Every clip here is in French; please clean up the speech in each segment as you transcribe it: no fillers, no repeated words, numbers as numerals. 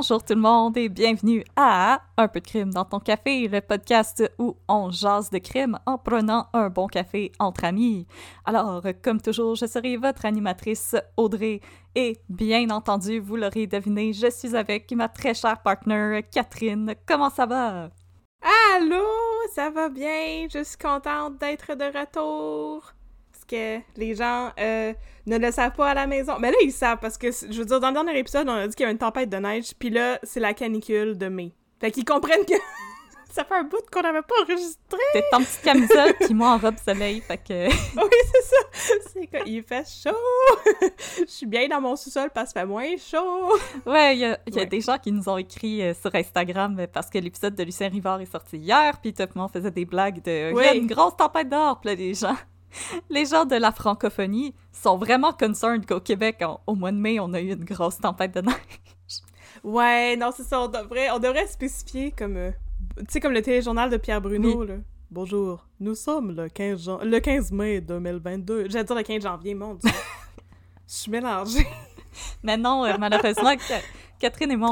Bonjour tout le monde et bienvenue à Un peu de crime dans ton café, le podcast où on jase de crime en prenant un bon café entre amis. Alors, comme toujours, je serai votre animatrice Audrey et bien entendu, vous l'aurez deviné, je suis avec ma très chère partner Catherine. Comment ça va? Allô, ça va bien? Je suis contente d'être de retour. Parce que les gens ne le savent pas à la maison. Mais là, ils savent parce que, je veux dire, dans le dernier épisode, on a dit qu'il y a une tempête de neige, puis là, c'est la canicule de mai. Fait qu'ils comprennent que ça fait un bout qu'on n'avait pas enregistré. T'es en petite camisole, puis moi en robe soleil, fait que... Oui, c'est ça. C'est quoi? Il fait chaud. Je suis bien dans mon sous-sol parce qu'il fait moins chaud. Ouais, il y a des gens qui nous ont écrit sur Instagram parce que l'épisode de Lucien Rivard est sorti hier, puis tout le monde faisait des blagues de « Il y a une grosse tempête dehors », puis là, les gens de la francophonie sont vraiment concerned qu'au Québec, au mois de mai, on a eu une grosse tempête de neige. Ouais, non, c'est ça, on devrait spécifier comme... tu sais, comme le téléjournal de Pierre Bruno, oui. Là. Bonjour, nous sommes le 15 mai 2022. J'allais dire le 15 janvier, mon Dieu. Je suis mélangée. Mais non, malheureusement, Catherine et moi,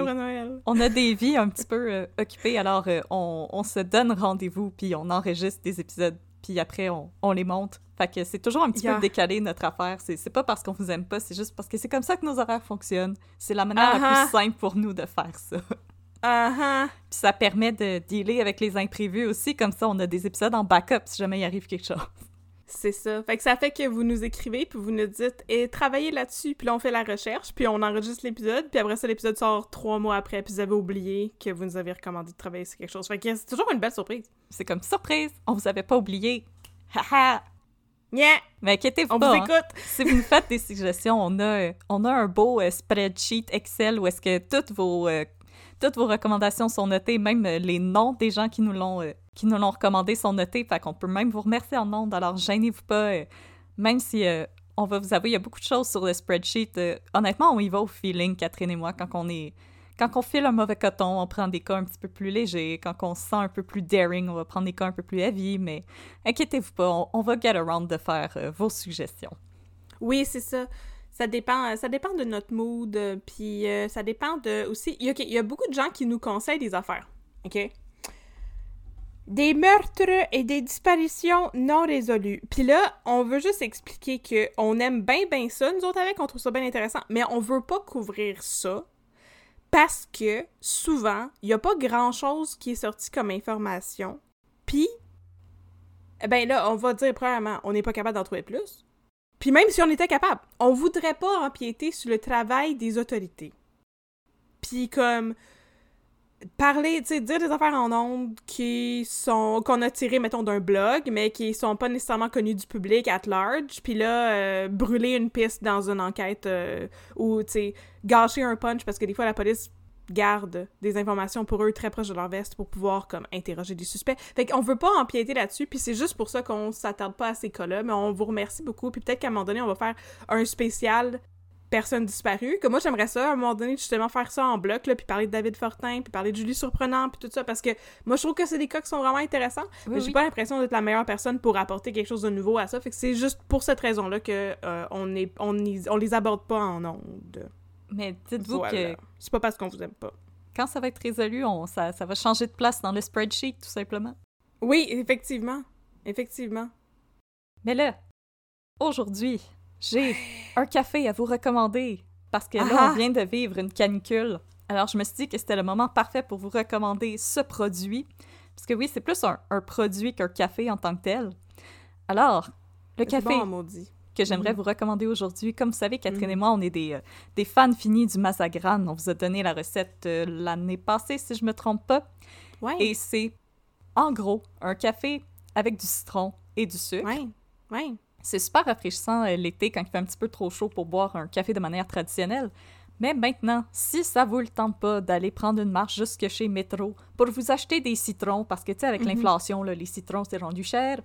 on a des vies un petit peu occupées, alors on se donne rendez-vous, puis on enregistre des épisodes, puis après, on les monte. Fait que c'est toujours un petit peu décalé, notre affaire. C'est pas parce qu'on vous aime pas, c'est juste parce que c'est comme ça que nos horaires fonctionnent. C'est la manière la plus simple pour nous de faire ça. Puis ça permet de dealer avec les imprévus aussi, comme ça on a des épisodes en backup si jamais il arrive quelque chose. C'est ça. Fait que ça fait que vous nous écrivez, puis vous nous dites « Et travaillez là-dessus », puis là on fait la recherche, puis on enregistre l'épisode, puis après ça l'épisode sort 3 mois après, puis vous avez oublié que vous nous avez recommandé de travailler sur quelque chose. Fait que c'est toujours une belle surprise. C'est comme surprise, on vous avait pas oublié. Haha! Yeah! Mais inquiétez-vous on pas, vous écoute! Si vous nous faites des suggestions, on a un beau spreadsheet Excel où est-ce que toutes vos recommandations sont notées, même les noms des gens qui nous l'ont recommandé sont notés, fait qu'on peut même vous remercier en ondes, alors gênez-vous pas, même si on va vous avouer, il y a beaucoup de choses sur le spreadsheet. Honnêtement, on y va au feeling, Catherine et moi, quand on file un mauvais coton, on prend des cas un petit peu plus légers, quand on se sent un peu plus daring, on va prendre des cas un peu plus heavy, mais inquiétez-vous pas, on va get around de faire vos suggestions. Oui, c'est ça. Ça dépend de notre mood, puis ça dépend de aussi... Il y a beaucoup de gens qui nous conseillent des affaires, OK? Des meurtres et des disparitions non résolues. Puis là, on veut juste expliquer qu'on aime bien ça, nous autres avec, on trouve ça bien intéressant, mais on veut pas couvrir ça parce que, souvent, il y a pas grand-chose qui est sorti comme information. Puis, ben là, on va dire, premièrement, on n'est pas capable d'en trouver plus. Puis même si on était capable, on voudrait pas empiéter sur le travail des autorités. Puis comme parler, tu sais, dire des affaires en ondes qu'on a tirées, mettons, d'un blog, mais qui sont pas nécessairement connues du public at large, puis là, brûler une piste dans une enquête ou, tu sais, gâcher un punch, parce que des fois, la police garde des informations pour eux très proches de leur veste pour pouvoir, comme, interroger des suspects. Fait qu'on veut pas empiéter là-dessus, puis c'est juste pour ça qu'on s'attarde pas à ces cas-là, mais on vous remercie beaucoup, puis peut-être qu'à un moment donné, on va faire un spécial personnes disparues, que moi, j'aimerais ça, à un moment donné, justement, faire ça en bloc, là, puis parler de David Fortin, puis parler de Julie Surprenant, puis tout ça, parce que moi, je trouve que c'est des cas qui sont vraiment intéressants, mais j'ai pas l'impression d'être la meilleure personne pour apporter quelque chose de nouveau à ça, fait que c'est juste pour cette raison-là que on les aborde pas en ondes. Mais dites-vous que... C'est pas parce qu'on vous aime pas. Quand ça va être résolu, ça va changer de place dans le spreadsheet, tout simplement. Oui, effectivement. Effectivement. Mais là, aujourd'hui, j'ai un café à vous recommander, parce que là, on vient de vivre une canicule. Alors, je me suis dit que c'était le moment parfait pour vous recommander ce produit, parce que oui, c'est plus un produit qu'un café en tant que tel. Alors, le café... C'est bon, maudit. Que j'aimerais vous recommander aujourd'hui. Comme vous savez, Catherine et moi, on est des fans finis du Mazagran. On vous a donné la recette l'année passée, si je me trompe pas. Ouais. Et c'est, en gros, un café avec du citron et du sucre. Ouais. C'est super rafraîchissant l'été quand il fait un petit peu trop chaud pour boire un café de manière traditionnelle. Mais maintenant, si ça vous le tente pas d'aller prendre une marche jusque chez Métro pour vous acheter des citrons, parce que, tu sais, avec l'inflation, là, les citrons, c'est rendu cher.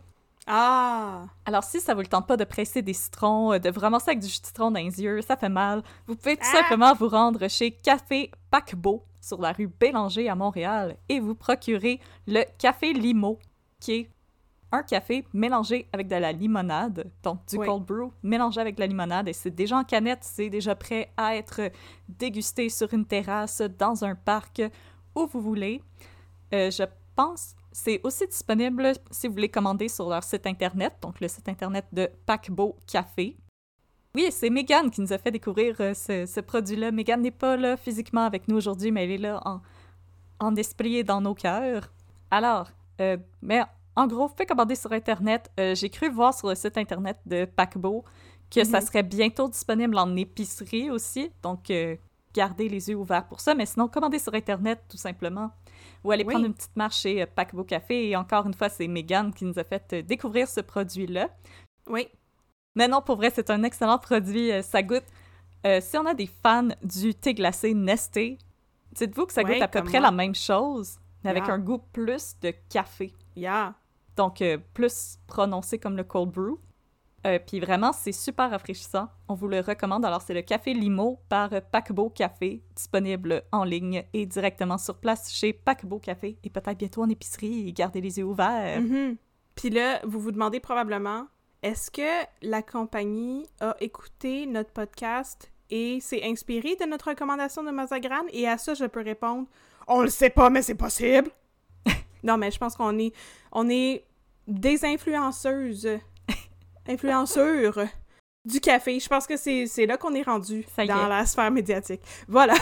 Alors, si ça vous le tente pas de presser des citrons, de vous ramasser avec du jus de citron dans les yeux, ça fait mal, vous pouvez tout simplement vous rendre chez Café Paquebot sur la rue Bélanger à Montréal et vous procurer le Café Limo, qui est un café mélangé avec de la limonade, donc du cold brew mélangé avec de la limonade, et c'est déjà en canette, c'est déjà prêt à être dégusté sur une terrasse, dans un parc, où vous voulez. Je pense c'est aussi disponible si vous voulez commander sur leur site internet, donc le site internet de Paquebot Café. Oui, c'est Mégane qui nous a fait découvrir ce produit-là. Mégane n'est pas là physiquement avec nous aujourd'hui, mais elle est là en esprit et dans nos cœurs. Alors, mais en gros, vous pouvez commander sur Internet. J'ai cru voir sur le site Internet de Paquebot que ça serait bientôt disponible en épicerie aussi, donc gardez les yeux ouverts pour ça. Mais sinon, commandez sur Internet, tout simplement. Ou aller prendre une petite marche chez Paquebot Café. Et encore une fois, c'est Mégane qui nous a fait découvrir ce produit-là. Oui. Mais non, pour vrai, c'est un excellent produit. Ça goûte... si on a des fans du thé glacé Nesté, dites-vous que ça goûte à peu près la même chose, mais avec un goût plus de café. Donc, plus prononcé comme le cold brew. Puis vraiment, c'est super rafraîchissant. On vous le recommande. Alors, c'est le Café Limo par Paquebot Café, disponible en ligne et directement sur place chez Paquebot Café et peut-être bientôt en épicerie. Et gardez les yeux ouverts. Puis là, vous vous demandez probablement, est-ce que la compagnie a écouté notre podcast et s'est inspirée de notre recommandation de Mazagran? Et à ça, je peux répondre, on le sait pas, mais c'est possible. Non, mais je pense qu'on est des influenceuses. Influenceurs du café. Je pense que c'est là qu'on est rendu dans la sphère médiatique. Voilà.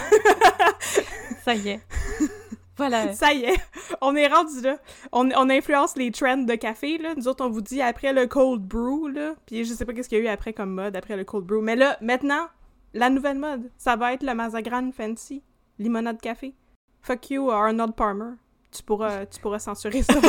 Ça y est. Voilà. Ça y est. On est rendu là. On influence les trends de café, là. Nous autres, on vous dit après le cold brew, là. Puis je sais pas qu'est-ce qu'il y a eu après comme mode, après le cold brew. Mais là, maintenant, la nouvelle mode, ça va être le Mazagran Fancy. Limonade café. Fuck you, Arnold Palmer. Tu pourras censurer ça.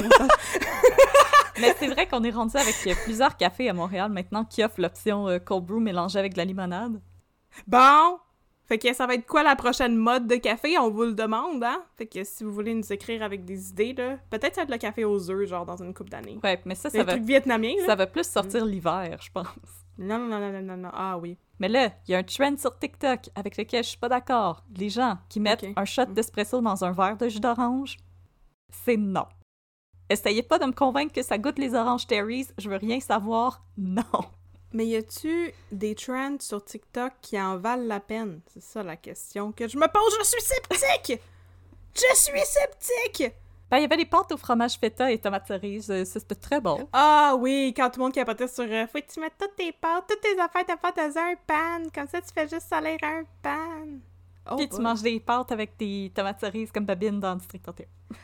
Mais c'est vrai qu'on est rendu avec plusieurs cafés à Montréal maintenant qui offrent l'option cold brew mélangée avec de la limonade. Bon! Fait que ça va être quoi la prochaine mode de café? On vous le demande, hein? Fait que si vous voulez nous écrire avec des idées, là, peut-être ça va être le café aux œufs, genre dans une couple d'années. Ouais, mais ça va... truc vietnamien, là. Ça va plus sortir l'hiver, je pense. Non. Ah oui. Mais là, il y a un trend sur TikTok avec lequel je suis pas d'accord. Les gens qui mettent un shot d'espresso dans un verre de jus d'orange, c'est non. Essayez pas de me convaincre que ça goûte les oranges Terry's. Je veux rien savoir. Non. Mais y a-tu des trends sur TikTok qui en valent la peine? C'est ça la question que je me pose. Je suis sceptique! Je suis sceptique! Ben, il y avait des pâtes au fromage feta et tomates cerises. C'était très bon. Ah oui, quand tout le monde capotait sur faut que tu mettes toutes tes pâtes, toutes tes affaires de pâtes dans un pan. Comme ça, tu fais juste salir un pan. Puis tu manges des pâtes avec des tomates cerises comme Babine dans District 31.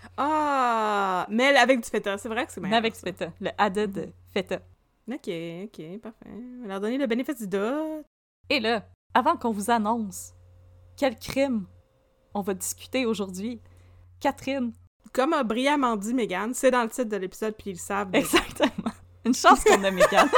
Ah! Mais avec du feta, c'est vrai que c'est meilleur. Mais avec du feta, le added feta. Ok, parfait. On va leur donner le bénéfice du doute. Et là, avant qu'on vous annonce quel crime on va discuter aujourd'hui, Catherine. Comme a brillamment dit Mégane, c'est dans le titre de l'épisode, puis ils le savent. Exactement. Une chance qu'on a Mégane.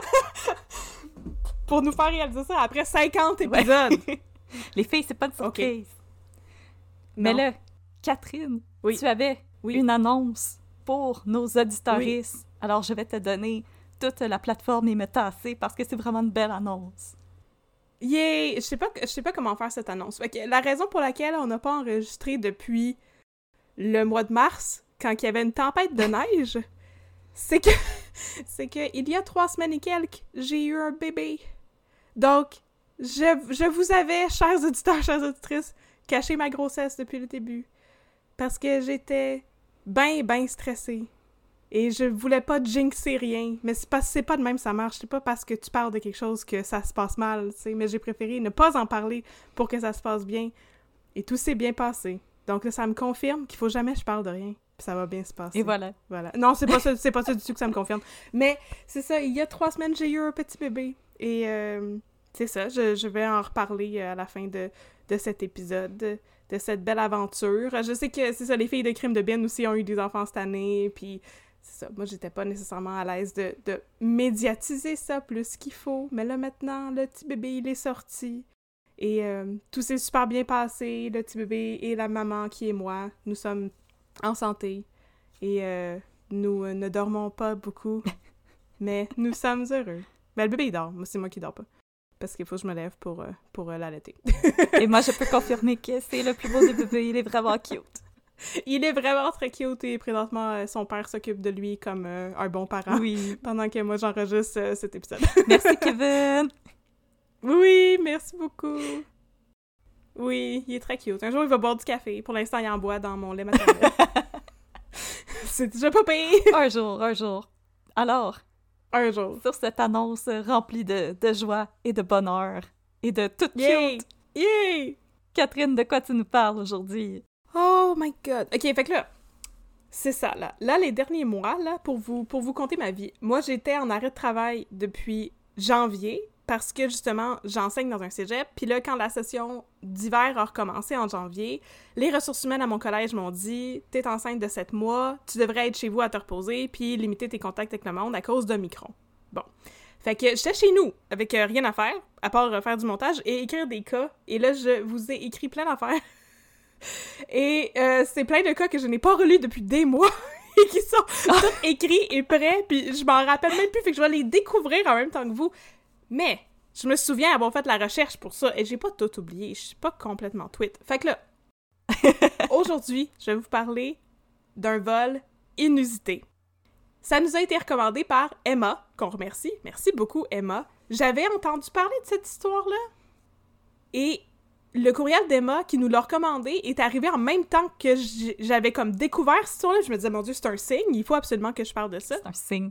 Pour nous faire réaliser ça après 50 épisodes. Ouais. Les filles, c'est pas une surprise. Mais là, Catherine, tu avais une annonce pour nos auditeuristes. Oui. Alors, je vais te donner toute la plateforme et me tasser parce que c'est vraiment une belle annonce. Yeah! Je sais pas comment faire cette annonce. Fait que la raison pour laquelle on n'a pas enregistré depuis le mois de mars, quand il y avait une tempête de neige, c'est que il y a 3 semaines et quelques, j'ai eu un bébé. Donc, je vous avais, chers auditeurs, chères auditrices, caché ma grossesse depuis le début. Parce que j'étais ben stressée. Et je voulais pas jinxer rien. Mais c'est pas de même ça marche. C'est pas parce que tu parles de quelque chose que ça se passe mal, tu sais. Mais j'ai préféré ne pas en parler pour que ça se passe bien. Et tout s'est bien passé. Donc là, ça me confirme qu'il faut jamais que je parle de rien. Puis ça va bien se passer. Et voilà. Non, c'est pas ça du tout que ça me confirme. Mais c'est ça, il y a 3 semaines, j'ai eu un petit bébé. Et c'est ça, je vais en reparler à la fin de cet épisode, de cette belle aventure. Je sais que, c'est ça, les filles de Crime de Bin aussi ont eu des enfants cette année, puis c'est ça, moi j'étais pas nécessairement à l'aise de médiatiser ça plus qu'il faut. Mais là maintenant, le petit bébé, il est sorti. Et tout s'est super bien passé, le petit bébé et la maman qui est moi, nous sommes en santé. Et nous ne dormons pas beaucoup, mais nous sommes heureux. Ben, le bébé, il dort. Moi, c'est moi qui dors pas. Parce qu'il faut que je me lève pour l'allaiter. Et moi, je peux confirmer que c'est le plus beau des bébés. Il est vraiment cute. Il est vraiment très cute et présentement, son père s'occupe de lui comme un bon parent. Oui. Pendant que moi, j'enregistre cet épisode. Merci, Kevin! Oui, merci beaucoup. Oui, il est très cute. Un jour, il va boire du café. Pour l'instant, il en boit dans mon lait maternel. C'est déjà pas pire! Un jour, un jour. Alors, Un jour. sur cette annonce remplie de joie et de bonheur et de tout Yay! cute, Yay! Catherine, de quoi tu nous parles aujourd'hui? Oh my god. OK, fait que là, c'est ça, là. Là, les derniers mois, là, pour vous conter ma vie, moi, j'étais en arrêt de travail depuis janvier parce que, justement, j'enseigne dans un cégep. Puis là, quand la session d'hiver a recommencé en janvier, les ressources humaines à mon collège m'ont dit « T'es enceinte de 7 mois, tu devrais être chez vous à te reposer puis limiter tes contacts avec le monde à cause d'Omicron. » Bon. Fait que j'étais chez nous, avec rien à faire, à part faire du montage et écrire des cas. Et là, je vous ai écrit plein d'affaires. Et c'est plein de cas que je n'ai pas relus depuis des mois et qui sont tous écrits et prêts, puis je m'en rappelle même plus, fait que je vais les découvrir en même temps que vous. Mais je me souviens avoir fait la recherche pour ça et j'ai pas tout oublié, je suis pas complètement tweet. Fait que là, aujourd'hui, je vais vous parler d'un vol inusité. Ça nous a été recommandé par Emma, qu'on remercie. Merci beaucoup, Emma. J'avais entendu parler de cette histoire-là et le courriel d'Emma qui nous l'a recommandé est arrivé en même temps que j'avais comme découvert cette histoire-là. Je me disais, mon Dieu, c'est un signe, il faut absolument que je parle de ça. C'est un signe.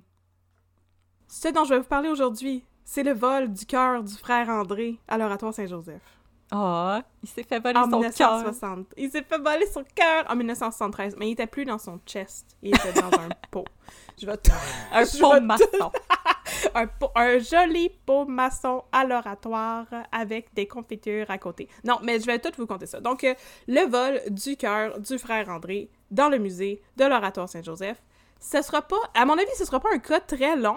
Ce dont je vais vous parler aujourd'hui, c'est le vol du cœur du frère André à l'Oratoire Saint-Joseph. Oh, il s'est fait voler En son 1960. Il s'est fait voler son cœur en 1973, mais il était plus dans son chest, il était dans un pot. Un pot maçon. Un joli pot maçon à l'Oratoire avec des confitures à côté. Non, mais je vais tout vous conter ça. Donc, le vol du cœur du frère André dans le musée de l'Oratoire Saint-Joseph. Ce sera pas, à mon avis, ce sera pas un cas très long.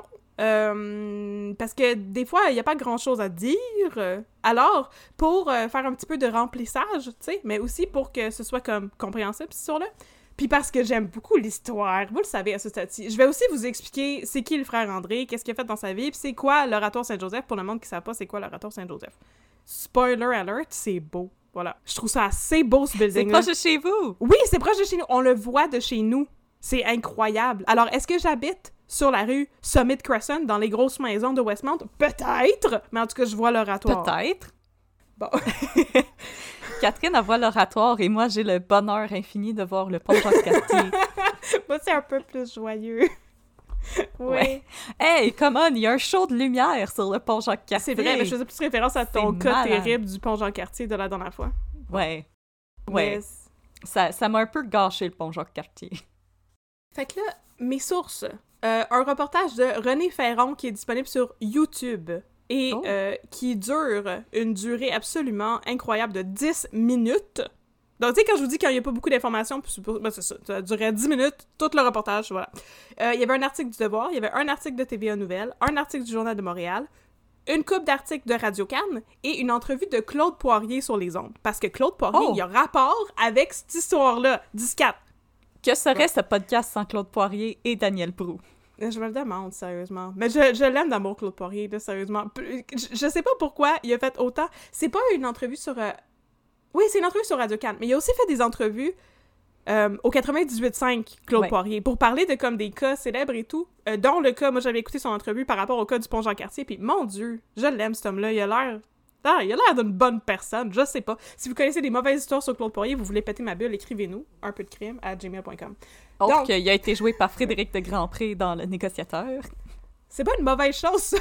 Parce que des fois, il n'y a pas grand-chose à dire. Alors, pour faire un petit peu de remplissage, tu sais, mais aussi pour que ce soit comme compréhensible, cette histoire-là. Puis parce que j'aime beaucoup l'histoire, vous le savez à ce stade-ci. Je vais aussi vous expliquer c'est qui le frère André, qu'est-ce qu'il a fait dans sa vie, puis c'est quoi l'Oratoire Saint-Joseph, pour le monde qui ne sait pas c'est quoi l'Oratoire Saint-Joseph. Spoiler alert, c'est beau. Voilà. Je trouve ça assez beau, ce building-là. C'est proche de chez vous! Oui, c'est proche de chez nous. On le voit de chez nous. C'est incroyable. Alors, est-ce que j'habite sur la rue Summit Crescent, dans les grosses maisons de Westmount? Peut-être! Mais en tout cas, je vois l'Oratoire. Peut-être. Bon. Catherine, elle voit l'Oratoire et moi, j'ai le bonheur infini de voir le pont Jacques-Cartier. Moi, c'est un peu plus joyeux. Oui. Ouais. Hey, come on, il y a un show de lumière sur le pont Jacques-Cartier. C'est vrai, mais je faisais plus référence à ton cas malade. terrible du pont Jean-Cartier de la dernière fois. Ouais. Ouais. Mais... Ça m'a un peu gâché, le pont Jacques-Cartier. Fait que là, mes sources. Un reportage de René Ferron qui est disponible sur YouTube et qui dure une durée absolument incroyable de 10 minutes. Donc, tu sais, quand je vous dis qu'il n'y a pas beaucoup d'informations, ben, c'est ça, ça durait 10 minutes, tout le reportage, voilà. Il y avait un article du Devoir, il y avait un article de TVA Nouvelles, un article du Journal de Montréal, une couple d'articles de Radio-Can et une entrevue de Claude Poirier sur les ondes. Parce que Claude Poirier, il y a rapport avec cette histoire-là. 10-4. Que serait ce podcast sans Claude Poirier et Daniel Proulx? Je me le demande, sérieusement. Mais je l'aime d'amour, Claude Poirier, là, sérieusement. Je sais pas pourquoi il a fait autant. C'est pas une entrevue sur... Oui, c'est une entrevue sur Radio-Can, mais il a aussi fait des entrevues au 98.5, Claude Poirier, pour parler de comme des cas célèbres et tout, dont le cas, moi j'avais écouté son entrevue par rapport au cas du pont Jean-Cartier, puis mon Dieu, je l'aime cet homme-là, il a l'air d'une bonne personne, je sais pas. Si vous connaissez des mauvaises histoires sur Claude Poirier, vous voulez péter ma bulle, écrivez-nous, unpeudcrime@gmail.com. Autre qu'il a été joué par Frédéric de Grandpré dans Le Négociateur. C'est pas une mauvaise chose, ça.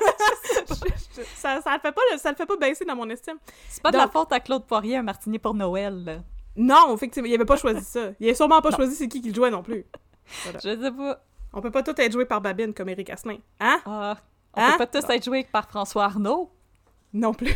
ça le fait pas baisser dans mon estime. C'est pas de la faute à Claude Poirier, un martini pour Noël, là. Non, effectivement, il avait pas choisi ça. Il a sûrement pas choisi c'est qui le jouait non plus. Voilà. Je sais pas. On peut pas tous être joués par Babine comme Éric Asselin. Hein? On peut pas tous être joués par François Arnaud. Non plus.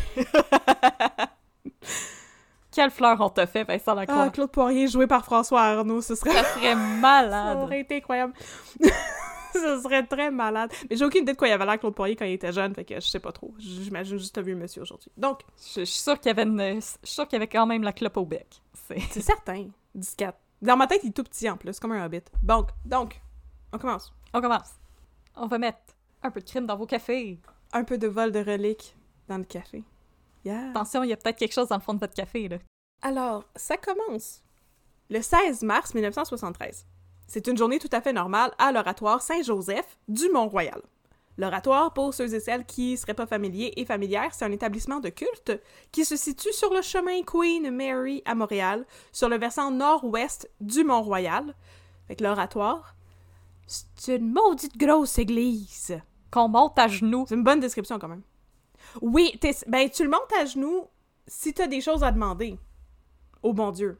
Quelle fleur on t'a fait, Vincent Lacroix? Claude Poirier joué par François Arnaud, ça serait malade. Ça aurait été incroyable. Ça serait très malade. Mais j'ai aucune idée de quoi il avait l'air Claude Poirier quand il était jeune, fait que je sais pas trop. J'imagine juste un vieux monsieur aujourd'hui. Donc, je suis sûre qu'il y avait quand même la clope au bec. C'est certain. 10-4. Dans ma tête, il est tout petit en plus, comme un hobbit. Donc, on commence. On commence. On va mettre un peu de crime dans vos cafés. Un peu de vol de reliques dans le café. Yeah. Attention, il y a peut-être quelque chose dans le fond de votre café, là. Alors, ça commence le 16 mars 1973. C'est une journée tout à fait normale à l'Oratoire Saint-Joseph du Mont-Royal. L'Oratoire, pour ceux et celles qui seraient pas familiers et familières, c'est un établissement de culte qui se situe sur le chemin Queen Mary à Montréal, sur le versant nord-ouest du Mont-Royal. Fait que l'Oratoire, c'est une maudite grosse église. Qu'on monte à genoux. C'est une bonne description, quand même. Oui, ben tu le montes à genoux si t'as des choses à demander au bon Dieu.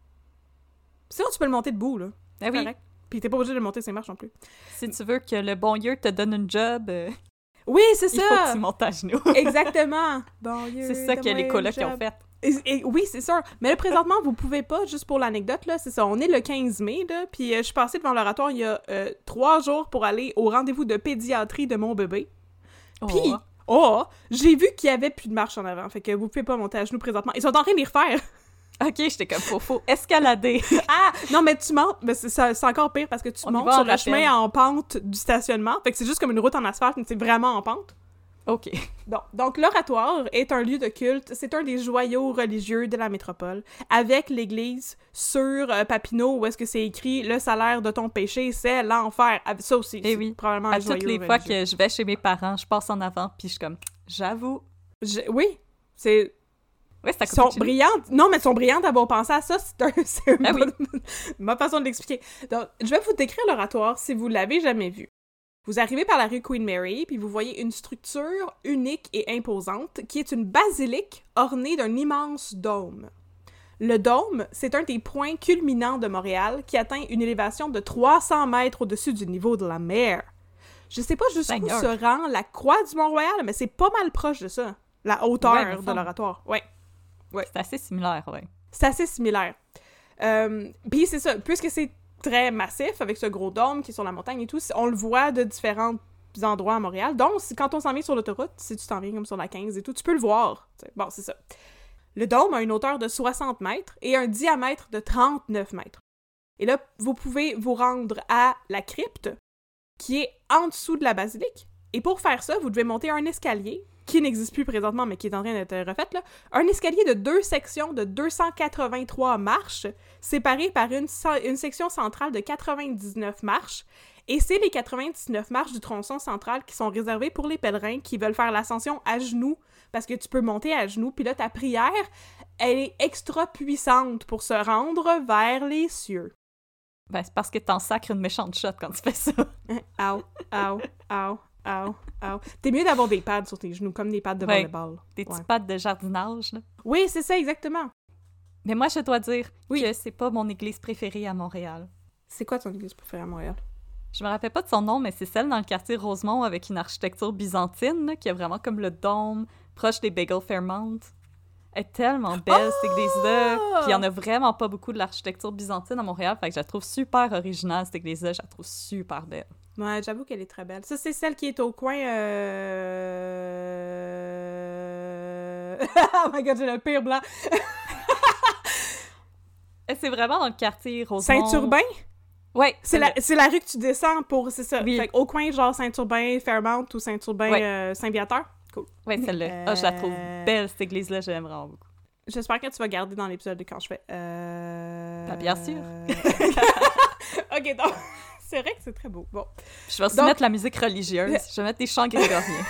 Sinon, tu peux le monter debout, là. Ah oui. Correct. Puis t'es pas obligé de monter ses marches non plus. Si tu veux que le bon Dieu te donne une job, Oui, c'est il ça! faut que tu montes à genoux. Exactement! Bon Dieu, C'est ça que les colocs ont fait. Oui, c'est sûr. Mais là, présentement, vous pouvez pas, juste pour l'anecdote, là, c'est ça, on est le 15 mai, là, puis je suis passée devant l'Oratoire il y a 3 jours pour aller au rendez-vous de pédiatrie de mon bébé. Puis, j'ai vu qu'il y avait plus de marche en avant, fait que vous pouvez pas monter à genoux présentement. Ils sont en train de les refaire! OK, j'étais comme, faut escalader. Ah! Non, mais tu montes, mais c'est encore pire parce que tu montes sur le chemin en pente du stationnement, fait que c'est juste comme une route en asphalte, mais c'est vraiment en pente. OK. Bon, donc l'Oratoire est un lieu de culte, c'est un des joyaux religieux de la métropole, avec l'église sur Papineau, où est-ce que c'est écrit « Le salaire de ton péché, c'est l'enfer ». Ça aussi, c'est oui. probablement un à joyau toutes les religieux. fois que je vais chez mes parents, je passe en avant, puis je suis comme « J'avoue ». Oui, c'est... Oui, c'est à sont côté de chez nous. brillantes. Non, mais elles sont brillantes d'avoir pensé à ça. C'est Ah oui. ma façon de l'expliquer. Donc, je vais vous décrire l'Oratoire si vous l'avez jamais vu. Vous arrivez par la rue Queen Mary, puis vous voyez une structure unique et imposante qui est une basilique ornée d'un immense dôme. Le dôme, c'est un des points culminants de Montréal qui atteint une élévation de 300 mètres au-dessus du niveau de la mer. Je sais pas jusqu'où se rend la croix du Mont-Royal, mais c'est pas mal proche de ça. La hauteur de l'Oratoire. Ouais. C'est assez similaire, oui. C'est assez similaire. Puis c'est ça, puisque c'est très massif, avec ce gros dôme qui est sur la montagne et tout, on le voit de différents endroits à Montréal. Donc, quand on s'en vient sur l'autoroute, si tu t'en viens comme sur la 15 et tout, tu peux le voir. Bon, c'est ça. Le dôme a une hauteur de 60 mètres et un diamètre de 39 mètres. Et là, vous pouvez vous rendre à la crypte, qui est en dessous de la basilique. Et pour faire ça, vous devez monter un escalier qui n'existe plus présentement, mais qui est en train d'être refait, là, un escalier de 2 sections de 283 marches, séparées par une section centrale de 99 marches, et c'est les 99 marches du tronçon central qui sont réservées pour les pèlerins qui veulent faire l'ascension à genoux, parce que tu peux monter à genoux, puis là, ta prière, elle est extra puissante pour se rendre vers les cieux. Ben, c'est parce que t'en sacres une méchante shot quand tu fais ça. Au. T'es mieux d'avoir des pads sur tes genoux, comme des pads de volleyball. Des petits pads de jardinage, là. Oui, c'est ça, exactement. Mais moi, je dois dire que c'est pas mon église préférée à Montréal. C'est quoi ton église préférée à Montréal? Je me rappelle pas de son nom, mais c'est celle dans le quartier Rosemont avec une architecture byzantine, là, qui est vraiment comme le dôme, proche des Bagel Fairmount. Elle est tellement belle, cette église-là. Puis il y en a vraiment pas beaucoup de l'architecture byzantine à Montréal, fait que je la trouve super originale, cette église-là. Je la trouve super belle. Ouais, j'avoue qu'elle est très belle. Ça, c'est celle qui est au coin... Oh my God, j'ai le pire blanc! C'est vraiment dans le quartier Rosemont. Saint-Urbain? Ouais. C'est la rue que tu descends pour... C'est ça. Oui. Fait au coin, genre Saint-Urbain, Fairmount ou Saint-Urbain, Saint-Viateur. Cool. Ouais, celle-là. Je la trouve belle, cette église-là. Je l'aime vraiment beaucoup. J'espère que tu vas garder dans l'épisode de quand je fais... Bien sûr. OK, donc... C'est vrai que c'est très beau. Bon. Je vais aussi mettre la musique religieuse. Je vais mettre des chants grégoriens.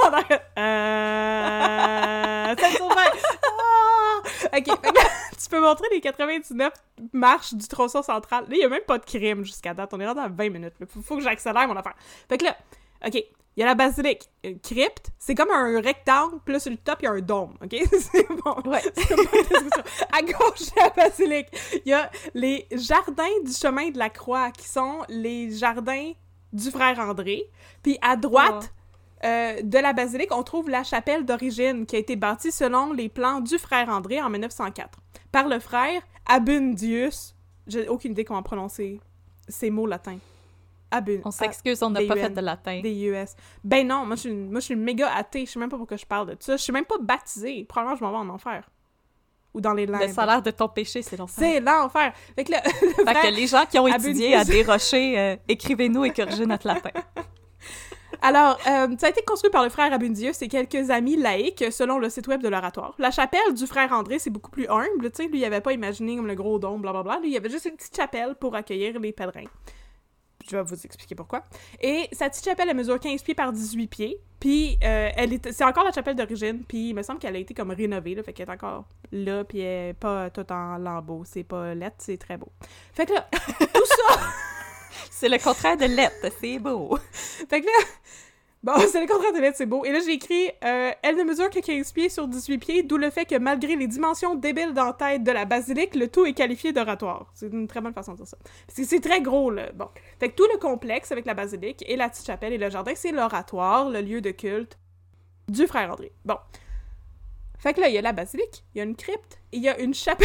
Saint-Urbain! OK, tu peux montrer les 99 marches du tronçon central. Là, il n'y a même pas de crime jusqu'à date. On est rendu à 20 minutes. Faut que j'accélère mon affaire. Fait que là, OK, il y a la basilique. Une crypte, c'est comme un rectangle, puis là, sur le top, il y a un dôme, OK? C'est bon. Ouais. C'est une bonne description. À gauche de la basilique, il y a les jardins du chemin de la Croix, qui sont les jardins du frère André. Puis à droite... de la basilique, on trouve la chapelle d'origine qui a été bâtie selon les plans du frère André en 1904 par le frère Abundius. J'ai aucune idée comment prononcer ces mots latins. On s'excuse, on n'a pas fait de latin. Des US. Ben non, moi je suis une méga athée, je sais même pas pourquoi je parle de ça. Je suis même pas baptisée. Probablement je m'en vais en enfer. Ou dans les limbes. Le salaire de ton péché, c'est l'enfer. C'est l'enfer! Fait que, fait que les gens qui ont étudié à Desrochers, écrivez-nous et corrigez notre latin. Alors, ça a été construit par le frère Abundius et quelques amis laïcs, selon le site web de l'oratoire. La chapelle du frère André, c'est beaucoup plus humble, tu sais, lui, il avait pas imaginé comme le gros dôme, blablabla. Lui, il y avait juste une petite chapelle pour accueillir les pèlerins. Je vais vous expliquer pourquoi. Et sa petite chapelle, elle mesure 15 pieds par 18 pieds, puis c'est encore la chapelle d'origine, puis il me semble qu'elle a été comme rénovée, là, fait qu'elle est encore là, puis elle est pas toute en lambeaux, c'est pas laid, c'est très beau. Fait que là, tout ça... C'est le contraire de lettre, c'est beau. Fait que là, bon, c'est le contraire de lettre, c'est beau. Et là, j'ai écrit elle ne mesure que 15 pieds sur 18 pieds, d'où le fait que malgré les dimensions débiles d'entête de la basilique, le tout est qualifié d'oratoire. C'est une très bonne façon de dire ça. Parce que c'est très gros, là. Bon. Fait que tout le complexe avec la basilique et la petite chapelle et le jardin, c'est l'oratoire, le lieu de culte du frère André. Bon. Fait que là, il y a la basilique, il y a une crypte, et il y a une chapelle...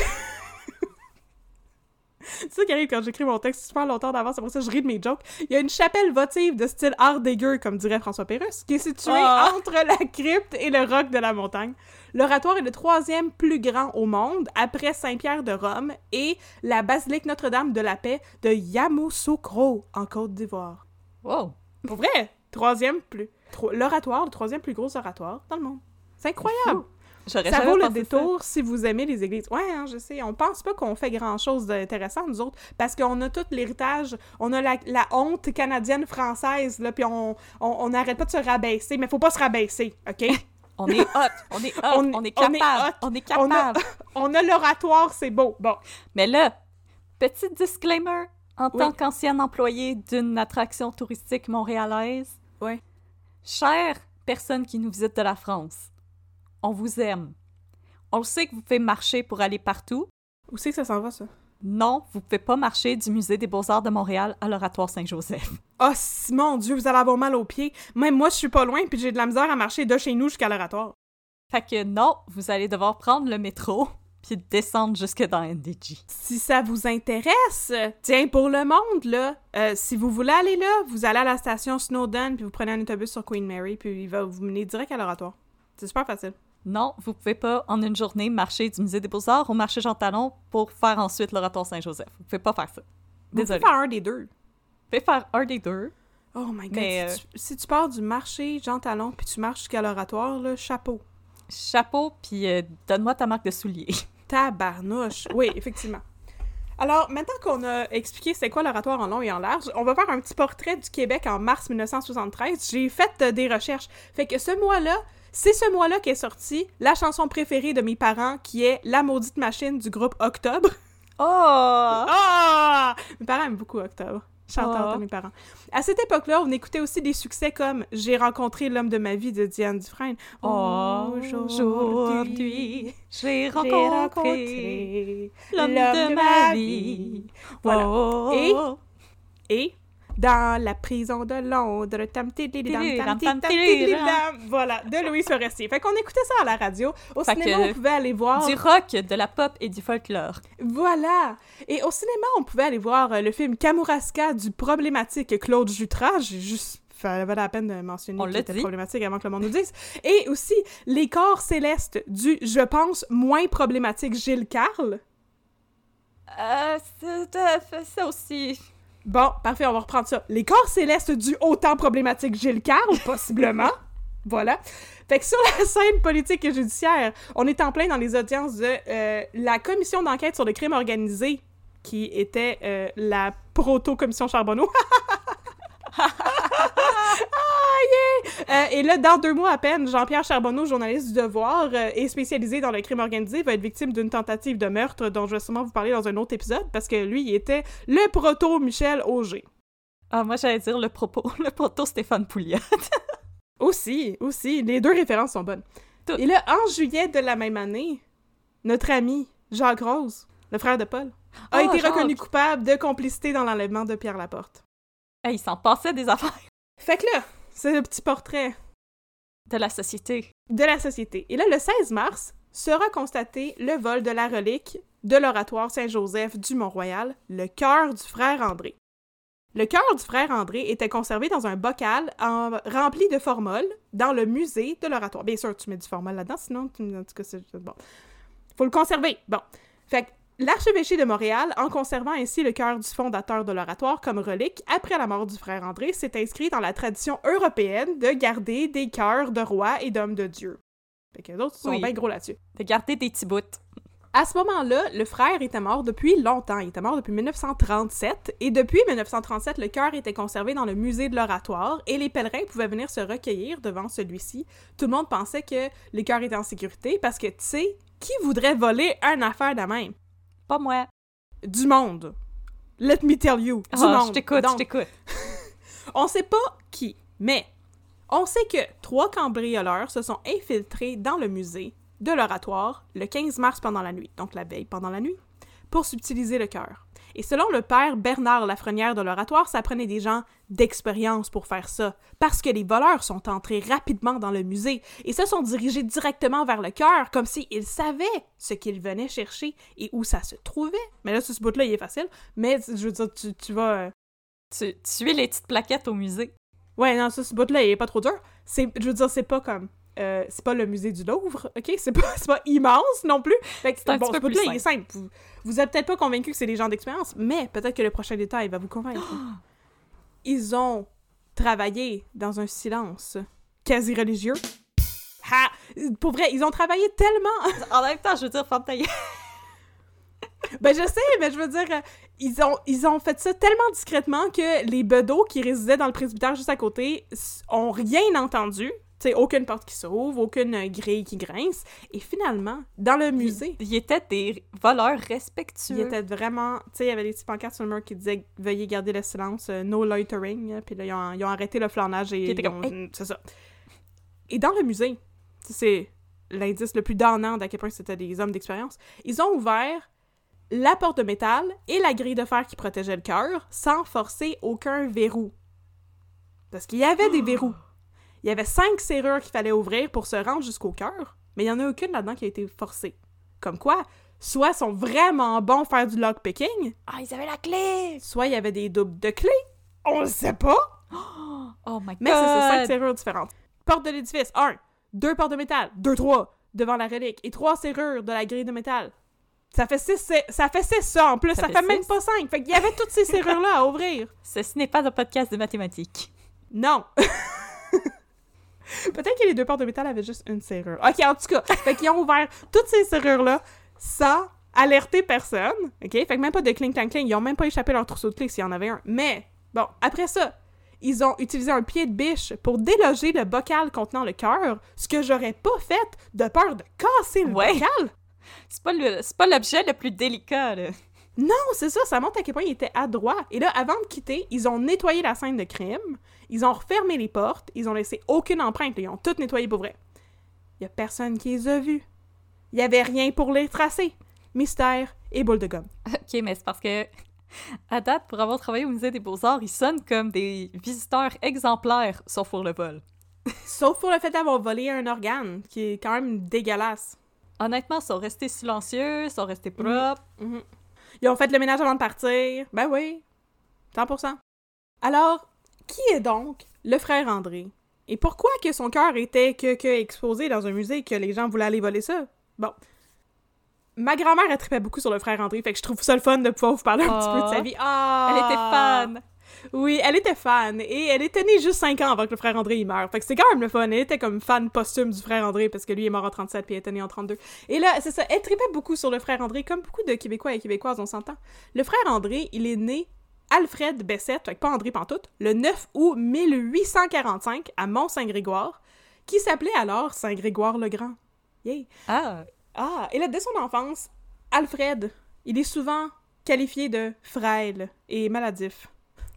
C'est ça qui arrive quand j'écris mon texte super longtemps d'avance, c'est pour ça que je ris de mes jokes. Il y a une chapelle votive de style art dégueu, comme dirait François Pérusse, qui est située entre la crypte et le roc de la montagne. L'oratoire est le 3e plus grand au monde, après Saint-Pierre de Rome, et la basilique Notre-Dame de la Paix de Yamoussoukro, en Côte d'Ivoire. Wow! Pour vrai! L'oratoire, le 3e plus gros oratoire dans le monde. C'est incroyable! Ça vaut le détour si vous aimez les églises. Ouais, hein, je sais. On pense pas qu'on fait grand-chose d'intéressant, nous autres, parce qu'on a tout l'héritage, on a la honte canadienne-française, là, puis on n'arrête pas de se rabaisser, mais faut pas se rabaisser, OK? On est hot, on est capable. On a l'oratoire, c'est beau. Bon. Mais là, petit disclaimer, en tant qu'ancien employé d'une attraction touristique montréalaise, chère personne qui nous visite de la France, on vous aime. On le sait que vous pouvez marcher pour aller partout. Où c'est que ça s'en va, ça? Non, vous pouvez pas marcher du Musée des Beaux-Arts de Montréal à l'Oratoire Saint-Joseph. Oh, mon Dieu, vous allez avoir mal aux pieds. Même moi, je suis pas loin, puis j'ai de la misère à marcher de chez nous jusqu'à l'Oratoire. Fait que non, vous allez devoir prendre le métro puis descendre jusque dans NDG. Si ça vous intéresse, tiens, pour le monde, là, si vous voulez aller là, vous allez à la station Snowdon, puis vous prenez un autobus sur Queen Mary, puis il va vous mener direct à l'Oratoire. C'est super facile. Non, vous pouvez pas, en une journée, marcher du Musée des Beaux-Arts au marché Jean Talon pour faire ensuite l'Oratoire Saint-Joseph. Vous pouvez pas faire ça. Désolé. Vous pouvez faire un des deux. Vous pouvez faire un des deux. Oh my God. Mais, si tu pars du marché Jean Talon puis tu marches jusqu'à l'Oratoire, là, chapeau. Chapeau, puis donne-moi ta marque de souliers. Tabarnouche. Oui, effectivement. Alors, maintenant qu'on a expliqué c'est quoi l'oratoire en long et en large, on va faire un petit portrait du Québec en mars 1973. J'ai fait des recherches. Fait que ce mois-là, c'est ce mois-là qu'est sortie la chanson préférée de mes parents, qui est La maudite machine du groupe Octobre. Oh! Ah! Mes parents aiment beaucoup Octobre. Chanteur de mes parents. À cette époque-là, on écoutait aussi des succès comme « J'ai rencontré l'homme de ma vie » de Diane Dufresne. Aujourd'hui, j'ai rencontré l'homme de ma vie. Voilà. Et dans la prison de Londres, voilà, de Louis Forestier. Fait qu'on écoutait ça à la radio. Au cinéma, on pouvait aller voir... Du rock, de la pop et du folklore. Voilà! Et au cinéma, on pouvait aller voir le film Kamouraska du problématique Claude Jutras. J'ai juste... Ça valait la peine de mentionner qu'il était problématique avant que le monde nous dise. Et aussi, Les corps célestes du, je pense, moins problématique Gilles Carle. Ça aussi... Bon, parfait, on va reprendre ça. Les corps célestes du autant problématique Gilles Carle, possiblement. Voilà. Fait que sur la scène politique et judiciaire, on est en plein dans les audiences de la commission d'enquête sur le crime organisé, qui était la proto-commission Charbonneau. Et là, dans 2 mois à peine, Jean-Pierre Charbonneau, journaliste du Devoir et spécialisé dans le crime organisé, va être victime d'une tentative de meurtre dont je vais sûrement vous parler dans un autre épisode, parce que lui, il était le proto-Michel Auger. Ah, moi, j'allais dire le proto-Stéphane Pouliot. Aussi, les 2 références sont bonnes. Et là, en juillet de la même année, notre ami Jacques Rose, le frère de Paul, a été reconnu coupable de complicité dans l'enlèvement de Pierre Laporte. Hey, il s'en passait des affaires. Fait que là, c'est le petit portrait de la société. De la société. Et là, le 16 mars, sera constaté le vol de la relique de l'oratoire Saint-Joseph du Mont-Royal, le cœur du frère André. Le cœur du frère André était conservé dans un bocal rempli de formol dans le musée de l'oratoire. Bien sûr, tu mets du formol là-dedans, sinon, en tout cas, c'est bon. Faut le conserver. Bon. Fait que L'archevêché de Montréal, en conservant ainsi le cœur du fondateur de l'oratoire comme relique, après la mort du frère André, s'est inscrit dans la tradition européenne de garder des cœurs de rois et d'hommes de Dieu. Fait que les autres sont bien gros là-dessus. De garder des petits bouts. À ce moment-là, le frère était mort depuis longtemps. Il était mort depuis 1937. Et depuis 1937, le cœur était conservé dans le musée de l'oratoire et les pèlerins pouvaient venir se recueillir devant celui-ci. Tout le monde pensait que le cœur était en sécurité parce que, tu sais, qui voudrait voler une affaire de même? Pas moi. Du monde. Let me tell you. Du monde. Je t'écoute. On sait pas qui, mais on sait que 3 cambrioleurs se sont infiltrés dans le musée de l'oratoire le 15 mars pendant la nuit, donc la veille pendant la nuit, pour subtiliser le cœur. Et selon le père Bernard Lafrenière de l'oratoire, ça prenait des gens d'expérience pour faire ça, parce que les voleurs sont entrés rapidement dans le musée et se sont dirigés directement vers le cœur, comme s'ils savaient ce qu'ils venaient chercher et où ça se trouvait. Mais là, ce bout-là, il est facile, mais je veux dire, tu vas... Tu suis les petites plaquettes au musée. Ouais, non, ce bout-là, il est pas trop dur. Je veux dire, c'est pas comme... c'est pas le musée du Louvre, OK? C'est pas immense non plus. Fait que, c'est un petit peu plus simple. Il est simple. Vous êtes peut-être pas convaincu que c'est des gens d'expérience, mais peut-être que le prochain détail va vous convaincre. Ils ont travaillé dans un silence quasi religieux. Ha! Pour vrai, ils ont travaillé tellement... En même temps, je veux dire, ferme ta gueule. Ben je sais, mais je veux dire, ils ont fait ça tellement discrètement que les bedeaux qui résidaient dans le presbytère juste à côté ont rien entendu. Tu sais, aucune porte qui s'ouvre, aucune grille qui grince. Et finalement, dans le musée... Ils étaient des voleurs respectueux. Ils étaient vraiment... Tu sais, il y avait des petits pancartes sur le mur qui disaient « Veuillez garder le silence, no loitering ». Puis là, ils ont arrêté le flanage et... C'est ça. Et dans le musée, c'est l'indice le plus damnant d'à quel point c'était des hommes d'expérience, ils ont ouvert la porte de métal et la grille de fer qui protégeait le cœur sans forcer aucun verrou. Parce qu'il y avait des verrous. Il y avait 5 serrures qu'il fallait ouvrir pour se rendre jusqu'au cœur, mais il n'y en a aucune là-dedans qui a été forcée. Comme quoi, soit ils sont vraiment bons faire du lockpicking. Ah, ils avaient la clé! Soit il y avait des doubles de clés. On le sait pas! Oh my god! Mais c'est ça, 5 serrures différentes. Porte de l'édifice, 1. 2 portes de métal, 2, 3, devant la relique, et 3 serrures de la grille de métal. Ça fait 6 ça en plus, ça fait même pas 5. Fait qu'il y avait toutes ces serrures-là à ouvrir. Ceci n'est pas un podcast de mathématiques. Non! Peut-être que les 2 portes de métal avaient juste une serrure. OK, en tout cas, fait qu'ils ont ouvert toutes ces serrures-là sans alerter personne. OK? Fait que même pas de cling-clang-cling. Ils ont même pas échappé leur trousseau de clés s'il y en avait un. Mais, bon, après ça, ils ont utilisé un pied de biche pour déloger le bocal contenant le cœur, ce que j'aurais pas fait de peur de casser le bocal. C'est pas l'objet le plus délicat, là. Non, c'est ça, ça montre à quel point ils étaient adroits. Et là, avant de quitter, ils ont nettoyé la scène de crime, ils ont refermé les portes, ils ont laissé aucune empreinte, ils ont tout nettoyé pour vrai. Il y a personne qui les a vus. Il y avait rien pour les tracer. Mystère et boule de gomme. OK, mais c'est parce que, à date, pour avoir travaillé au Musée des Beaux-Arts, ils sonnent comme des visiteurs exemplaires, sauf pour le vol. Sauf pour le fait d'avoir volé un organe, qui est quand même dégueulasse. Honnêtement, ils sont restés silencieux, ils sont restés propres. Mm-hmm. Ils ont fait le ménage avant de partir. Ben oui, 100%. Alors, qui est donc le frère André? Et pourquoi que son cœur était que exposé dans un musée et que les gens voulaient aller voler ça? Bon. Ma grand-mère, elle trippait beaucoup sur le frère André, fait que je trouve ça le fun de pouvoir vous parler un petit peu de sa vie. Elle était fan! Oui, elle était fan, et elle était née juste 5 ans avant que le frère André il meure. Fait que c'est quand même le fun. Elle était comme fan posthume du frère André, parce que lui est mort en 37 puis elle était née en 32. Et là, c'est ça, elle trippait beaucoup sur le frère André, comme beaucoup de Québécois et Québécoises, on s'entend. Le frère André, il est né Alfred Bessette, fait que pas André pantoute, le 9 août 1845 à Mont-Saint-Grégoire, qui s'appelait alors Saint-Grégoire-le-Grand. Yay! Ah! Et là, dès son enfance, Alfred, il est souvent qualifié de frêle et maladif.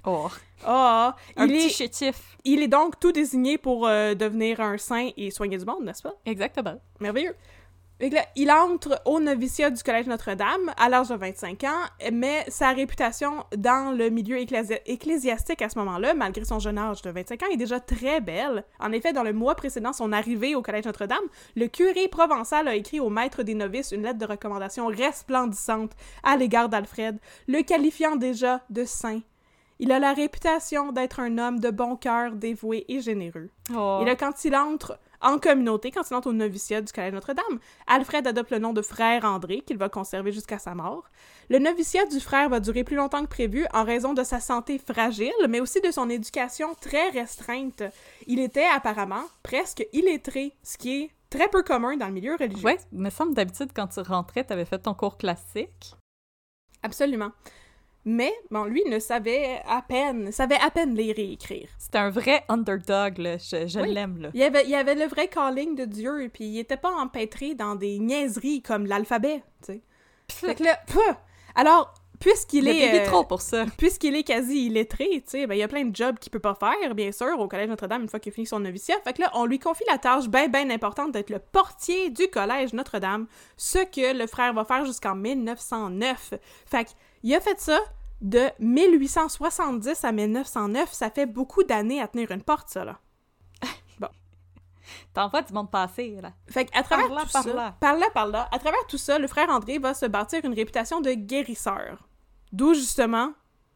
Un petit chétif. Il est donc tout désigné pour devenir un saint et soigner du monde, n'est-ce pas? Exactement. Merveilleux. Et là, il entre au noviciat du Collège Notre-Dame à l'âge de 25 ans, mais sa réputation dans le milieu ecclésiastique à ce moment-là, malgré son jeune âge de 25 ans, est déjà très belle. En effet, dans le mois précédent son arrivée au Collège Notre-Dame, le curé provençal a écrit au maître des novices une lettre de recommandation resplendissante à l'égard d'Alfred, le qualifiant déjà de saint Il a la réputation d'être un homme de bon cœur, dévoué et généreux. Oh. Et là, quand il entre en communauté, quand il entre au noviciat du Collège Notre-Dame, Alfred adopte le nom de frère André, qu'il va conserver jusqu'à sa mort. Le noviciat du frère va durer plus longtemps que prévu en raison de sa santé fragile, mais aussi de son éducation très restreinte. Il était apparemment presque illettré, ce qui est très peu commun dans le milieu religieux. Ouais, il me semble d'habitude, quand tu rentrais, t'avais fait ton cours classique. Absolument. Mais, bon, lui savait à peine lire et écrire. C'était un vrai underdog, là. Je Oui. l'aime, là. Il y avait le vrai calling de Dieu, puis il était pas empêtré dans des niaiseries comme l'alphabet, tu sais. Fait que là, alors, puisqu'il Il est... est trop pour ça. Puisqu'il est quasi illettré, tu sais, ben il y a plein de jobs qu'il peut pas faire, bien sûr, au Collège Notre-Dame, une fois qu'il a fini son noviciat. Fait que là, on lui confie la tâche ben importante d'être le portier du Collège Notre-Dame, ce que le frère va faire jusqu'en 1909. Fait qu'il a fait ça de 1870 à 1909, ça fait beaucoup d'années à tenir une porte, ça, là. Bon. T'envoies du monde passer, là. Fait qu'à travers Par là, tout par ça... là. Par là. À travers tout ça, le frère André va se bâtir une réputation de guérisseur. D'où, justement,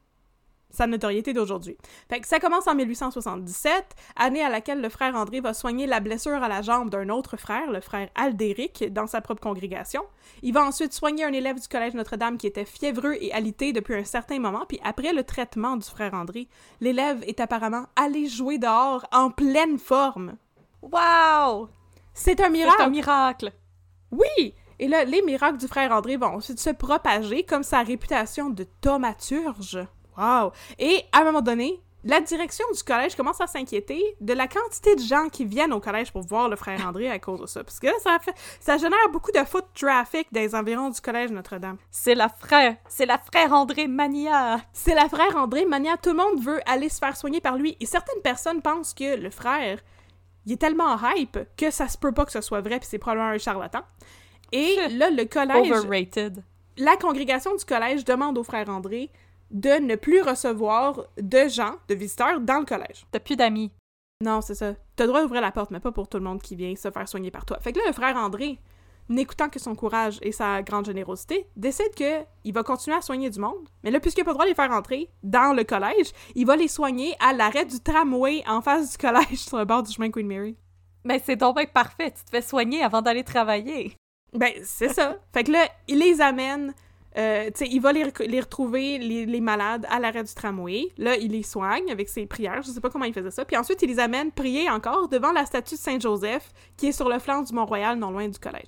sa notoriété d'aujourd'hui. Fait que ça commence en 1877, année à laquelle le frère André va soigner la blessure à la jambe d'un autre frère, le frère Aldéric, dans sa propre congrégation. Il va ensuite soigner un élève du Collège Notre-Dame qui était fiévreux et alité depuis un certain moment, puis après le traitement du frère André, l'élève est apparemment allé jouer dehors en pleine forme. Wow! C'est un miracle! C'est un miracle! Oui! Et là, les miracles du frère André vont ensuite se propager comme sa réputation de thaumaturge. Wow! Et à un moment donné, la direction du collège commence à s'inquiéter de la quantité de gens qui viennent au collège pour voir le frère André à cause de ça. Parce que là, ça génère beaucoup de foot traffic dans les environs du collège Notre-Dame. C'est la frère André Mania! C'est la frère André Mania. Tout le monde veut aller se faire soigner par lui. Et certaines personnes pensent que le frère, il est tellement hype que ça se peut pas que ce soit vrai, puis c'est probablement un charlatan. Et là, le collège... Overrated. La congrégation du collège demande au frère André de ne plus recevoir de gens, de visiteurs, dans le collège. T'as plus d'amis. Non, c'est ça. T'as le droit d'ouvrir la porte, mais pas pour tout le monde qui vient se faire soigner par toi. Fait que là, le frère André, n'écoutant que son courage et sa grande générosité, décide qu'il va continuer à soigner du monde. Mais là, puisqu'il n'a pas le droit de les faire entrer dans le collège, il va les soigner à l'arrêt du tramway en face du collège, sur le bord du chemin Queen Mary. Mais c'est donc bien parfait. Tu te fais soigner avant d'aller travailler. Ben, c'est ça. Fait que là, il les amène, tu sais, il va les retrouver, les malades, à l'arrêt du tramway. Là, il les soigne avec ses prières. Je sais pas comment il faisait ça. Puis ensuite, il les amène prier encore devant la statue de Saint-Joseph, qui est sur le flanc du Mont-Royal, non loin du collège.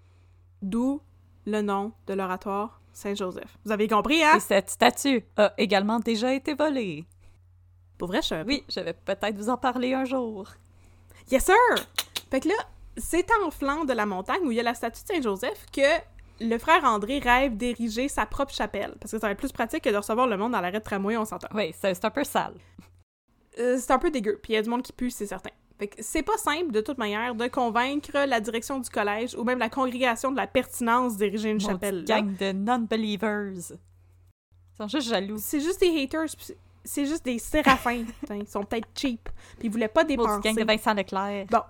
D'où le nom de l'oratoire Saint-Joseph. Vous avez compris, hein? Et cette statue a également déjà été volée. Pour vrai, je... Oui, je vais peut-être vous en parler un jour. Yes, sir! Fait que là, c'est en flanc de la montagne où il y a la statue de Saint-Joseph que le frère André rêve d'ériger sa propre chapelle. Parce que ça va être plus pratique que de recevoir le monde dans l'arrêt de tramway, on s'entend. Oui, c'est un peu sale. C'est un peu dégueu, puis il y a du monde qui pue, c'est certain. Fait que c'est pas simple, de toute manière, de convaincre la direction du collège ou même la congrégation de la pertinence d'ériger une chapelle. Gang de non-believers. Ils sont juste jaloux. C'est juste des haters, c'est juste des séraphins. Ils sont peut-être cheap, puis ils voulaient pas dépenser. Gang de Vincent Leclerc. Bon.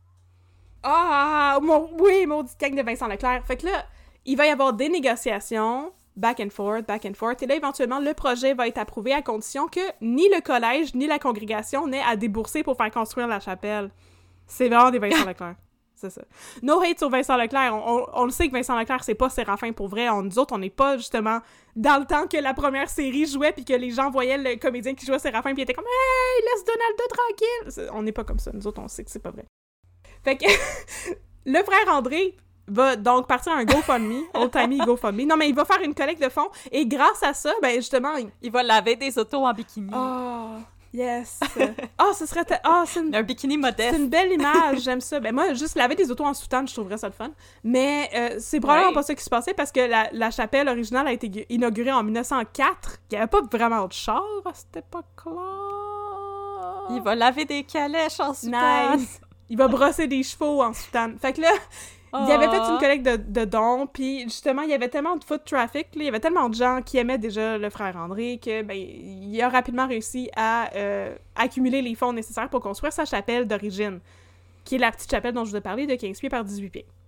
Maudite gang de Vincent Leclerc. Fait que là, il va y avoir des négociations, back and forth, et là, éventuellement, le projet va être approuvé à condition que ni le collège, ni la congrégation n'aient à débourser pour faire construire la chapelle. C'est vraiment des Vincent Leclerc. C'est ça. No hate sur Vincent Leclerc. On le sait que Vincent Leclerc, c'est pas Séraphin pour vrai. Nous autres, on n'est pas, justement, dans le temps que la première série jouait puis que les gens voyaient le comédien qui jouait Séraphin puis étaient comme « Hey, laisse Donaldo tranquille! » On n'est pas comme ça. Nous autres, on sait que c'est pas vrai. Fait que le frère André va donc partir un GoFundMe, Old Timey GoFundMe. Non, mais il va faire une collecte de fonds et grâce à ça, ben justement... Il va laver des autos en bikini. Oh, yes! Ce serait... c'est un bikini modeste. C'est une belle image, j'aime ça. Ben moi, juste laver des autos en soutane, je trouverais ça le fun. Mais c'est probablement pas ça qui se passait parce que la chapelle originale a été inaugurée en 1904. Il n'y avait pas vraiment de char à cette époque-là. Il va laver des calèches en soutane. Nice! Il va brosser des chevaux en soutane. Fait que là, il avait fait une collecte de dons, puis justement, il y avait tellement de foot traffic, là, il y avait tellement de gens qui aimaient déjà le frère André que ben, il a rapidement réussi à accumuler les fonds nécessaires pour construire sa chapelle d'origine, qui est la petite chapelle dont je vous ai parlé, de 15 pieds par 18 pieds.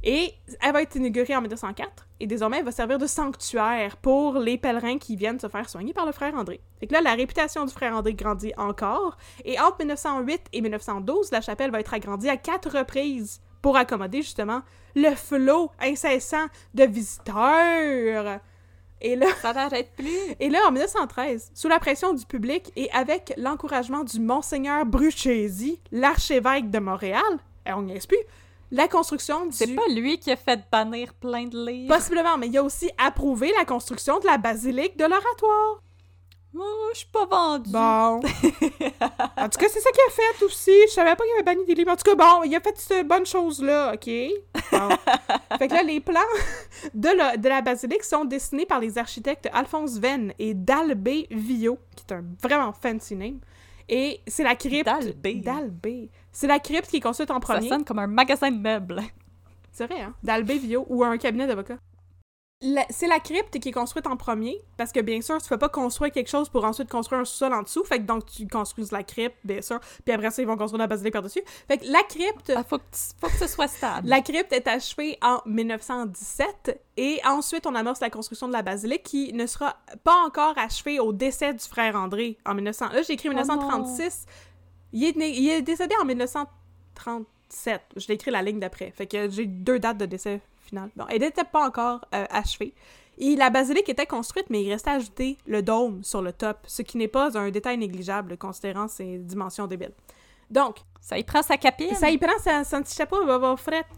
Et elle va être inaugurée en 1904, et désormais, elle va servir de sanctuaire pour les pèlerins qui viennent se faire soigner par le frère André. Fait que là, la réputation du frère André grandit encore, et entre 1908 et 1912, la chapelle va être agrandie à 4 reprises pour accommoder, justement, le flot incessant de visiteurs. Et là, ça n'arrête plus. Et là, en 1913, sous la pression du public et avec l'encouragement du Monseigneur Bruchesi, l'archevêque de Montréal, on n'y est plus, la construction du... C'est pas lui qui a fait bannir plein de livres. Possiblement, mais il a aussi approuvé la construction de la basilique de l'Oratoire. Oh, je suis pas vendue. Bon. En tout cas, c'est ça qu'il a fait aussi. Je savais pas qu'il avait banni des livres. En tout cas, bon, il a fait cette bonne chose-là, OK? Bon. Fait que là, les plans de la basilique sont dessinés par les architectes Alphonse Venn et Dalbé Villot, qui est un vraiment fancy name. Et c'est la crypte... Dalbé. C'est la crypte qui est construite en premier. Ça sonne comme un magasin de meubles. C'est vrai, hein? Dalbé Villot, ou un cabinet d'avocats. C'est la crypte qui est construite en premier, parce que bien sûr, tu peux pas construire quelque chose pour ensuite construire un sous-sol en dessous, fait que donc tu construis la crypte, bien sûr, puis après ça, ils vont construire la basilique par-dessus. Fait que la crypte... faut que ce soit stable. La crypte est achevée en 1917, et ensuite, on amorce la construction de la basilique, qui ne sera pas encore achevée au décès du frère André, en 1900... Là, j'ai écrit 1936. Il est décédé en 1937. Je l'ai écrit la ligne d'après, fait que j'ai 2 dates de décès final. Bon, elle n'était pas encore achevée. Et la basilique était construite, mais il restait ajouté le dôme sur le top, ce qui n'est pas un détail négligeable, considérant ses dimensions débiles. Donc... Ça y prend sa capine. Ça y prend son petit chapeau, il va avoir frette.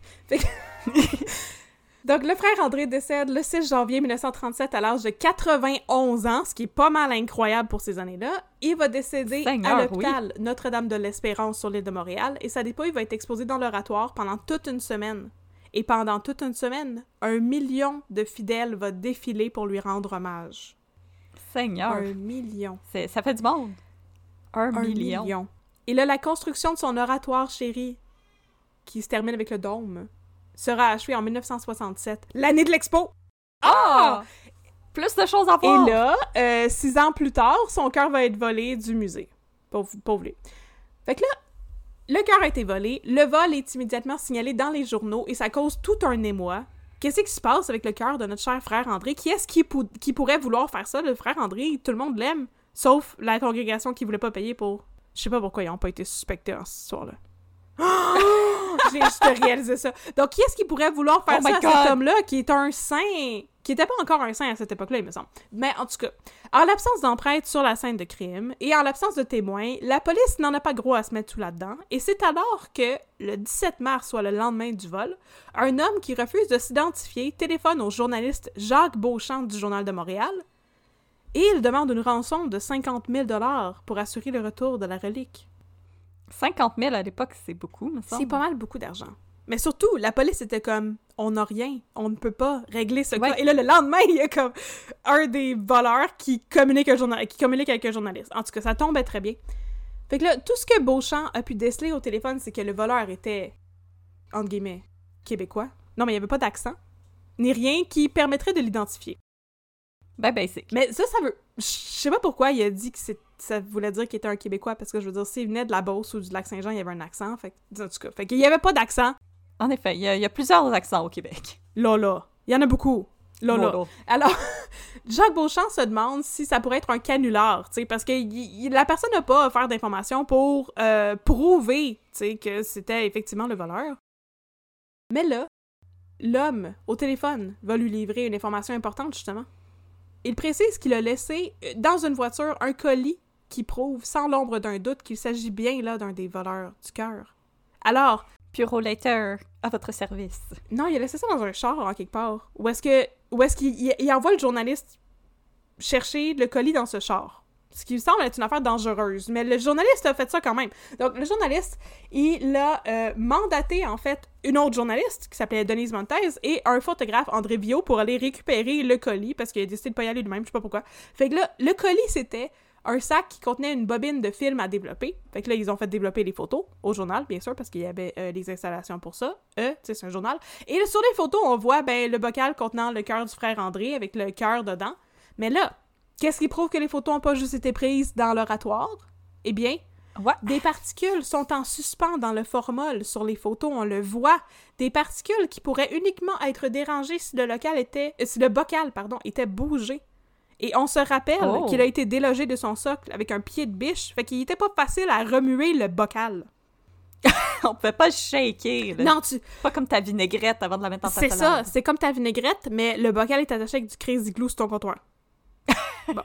Donc, le frère André décède le 6 janvier 1937 à l'âge de 91 ans, ce qui est pas mal incroyable pour ces années-là. Il va décéder à l'hôpital Notre-Dame de l'Espérance sur l'île de Montréal, et sa dépouille va être exposée dans l'oratoire pendant toute une semaine. Et pendant toute une semaine, 1 million de fidèles va défiler pour lui rendre hommage. Seigneur! 1 million. Ça fait du monde. 1 million. Et là, la construction de son oratoire chéri, qui se termine avec le dôme, sera achevée en 1967, l'année de l'expo. Ah! Plus de choses à voir! Et là, 6 ans plus tard, son cœur va être volé du musée. Pauvre lui. Fait que là, le cœur a été volé, le vol est immédiatement signalé dans les journaux et ça cause tout un émoi. Qu'est-ce qui se passe avec le cœur de notre cher frère André? Qui est-ce qui pourrait vouloir faire ça? Le frère André, tout le monde l'aime, sauf la congrégation qui voulait pas payer pour... Je sais pas pourquoi ils ont pas été suspectés en ce soir-là. J'ai juste réalisé ça. Donc, qui est-ce qui pourrait vouloir faire ça à cet homme-là, qui est un saint... Qui était pas encore un saint à cette époque-là, il me semble. Mais en tout cas, en l'absence d'empreintes sur la scène de crime et en l'absence de témoins, la police n'en a pas gros à se mettre tout là-dedans. Et c'est alors que, le 17 mars, soit le lendemain du vol, un homme qui refuse de s'identifier téléphone au journaliste Jacques Beauchamp du Journal de Montréal et il demande une rançon de 50 000 $ pour assurer le retour de la relique. 50 000 à l'époque, c'est beaucoup, me semble. C'est pas mal beaucoup d'argent. Mais surtout, la police était comme, on n'a rien, on ne peut pas régler ce cas. Et là, le lendemain, il y a comme un des voleurs qui communique avec un journaliste. En tout cas, ça tombait très bien. Fait que là, tout ce que Beauchamp a pu déceler au téléphone, c'est que le voleur était, entre guillemets, québécois. Non, mais il n'y avait pas d'accent, ni rien qui permettrait de l'identifier. Ben basic. Mais ça veut... Je sais pas pourquoi il a dit que ça voulait dire qu'il était un Québécois, parce que je veux dire, s'il venait de la Beauce ou du Lac-Saint-Jean, il y avait un accent, fait en tout cas. Fait qu'il y avait pas d'accent. En effet, il y a plusieurs accents au Québec. Là. Il y en a beaucoup. Là. Alors, Jacques Beauchamp se demande si ça pourrait être un canular, tu sais, parce que la personne n'a pas offert d'informations pour prouver, tu sais, que c'était effectivement le voleur. Mais là, l'homme, au téléphone, va lui livrer une information importante, justement. Il précise qu'il a laissé dans une voiture un colis qui prouve, sans l'ombre d'un doute, qu'il s'agit bien là d'un des voleurs du cœur. Alors... Purolator, à votre service. Non, il a laissé ça dans un char, en quelque part. Où est-ce qu'il envoie le journaliste chercher le colis dans ce char? Ce qui me semble être une affaire dangereuse. Mais le journaliste a fait ça quand même. Donc, le journaliste, il a mandaté, en fait, une autre journaliste qui s'appelait Denise Montez et un photographe, André Villot, pour aller récupérer le colis parce qu'il a décidé de pas y aller lui-même, je sais pas pourquoi. Fait que là, le colis, c'était un sac qui contenait une bobine de film à développer. Fait que là, ils ont fait développer les photos au journal, bien sûr, parce qu'il y avait les installations pour ça. Tu sais, c'est un journal. Et là, sur les photos, on voit le bocal contenant le cœur du frère André avec le cœur dedans. Mais là, qu'est-ce qui prouve que les photos n'ont pas juste été prises dans l'oratoire? Eh bien, Ouais. Des particules sont en suspens dans le formol. Sur les photos, on le voit. Des particules qui pourraient uniquement être dérangées si le bocal était bougé. Et on se rappelle qu'il a été délogé de son socle avec un pied de biche, fait qu'il était pas facile à remuer le bocal. On pouvait pas le shaker, là. Non, Pas comme ta vinaigrette avant de la mettre dans ta salade. C'est ça, c'est comme ta vinaigrette, mais le bocal est attaché avec du crazy glue sur ton comptoir. Bon.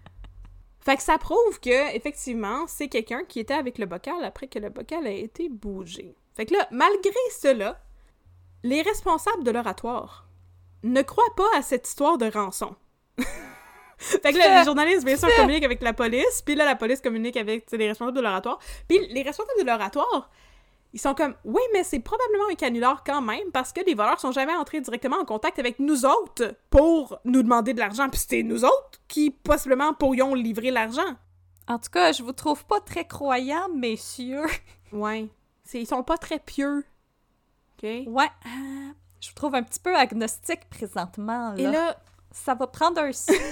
Fait que ça prouve que, effectivement, c'est quelqu'un qui était avec le bocal après que le bocal a été bougé. Fait que là, malgré cela, les responsables de l'oratoire ne croient pas à cette histoire de rançon. Fait que là, les journalistes, bien sûr, communiquent avec la police, puis là, la police communique avec les responsables de l'oratoire. Puis les responsables de l'oratoire, ils sont comme « Oui, mais c'est probablement un canular quand même, parce que les voleurs sont jamais entrés directement en contact avec nous autres pour nous demander de l'argent, puis c'était nous autres qui, possiblement, pourrions livrer l'argent. » En tout cas, je vous trouve pas très croyants, messieurs. Ouais. Ils sont pas très pieux. OK? Ouais. Je vous trouve un petit peu agnostique présentement, là. Et là... Ça va prendre un signe.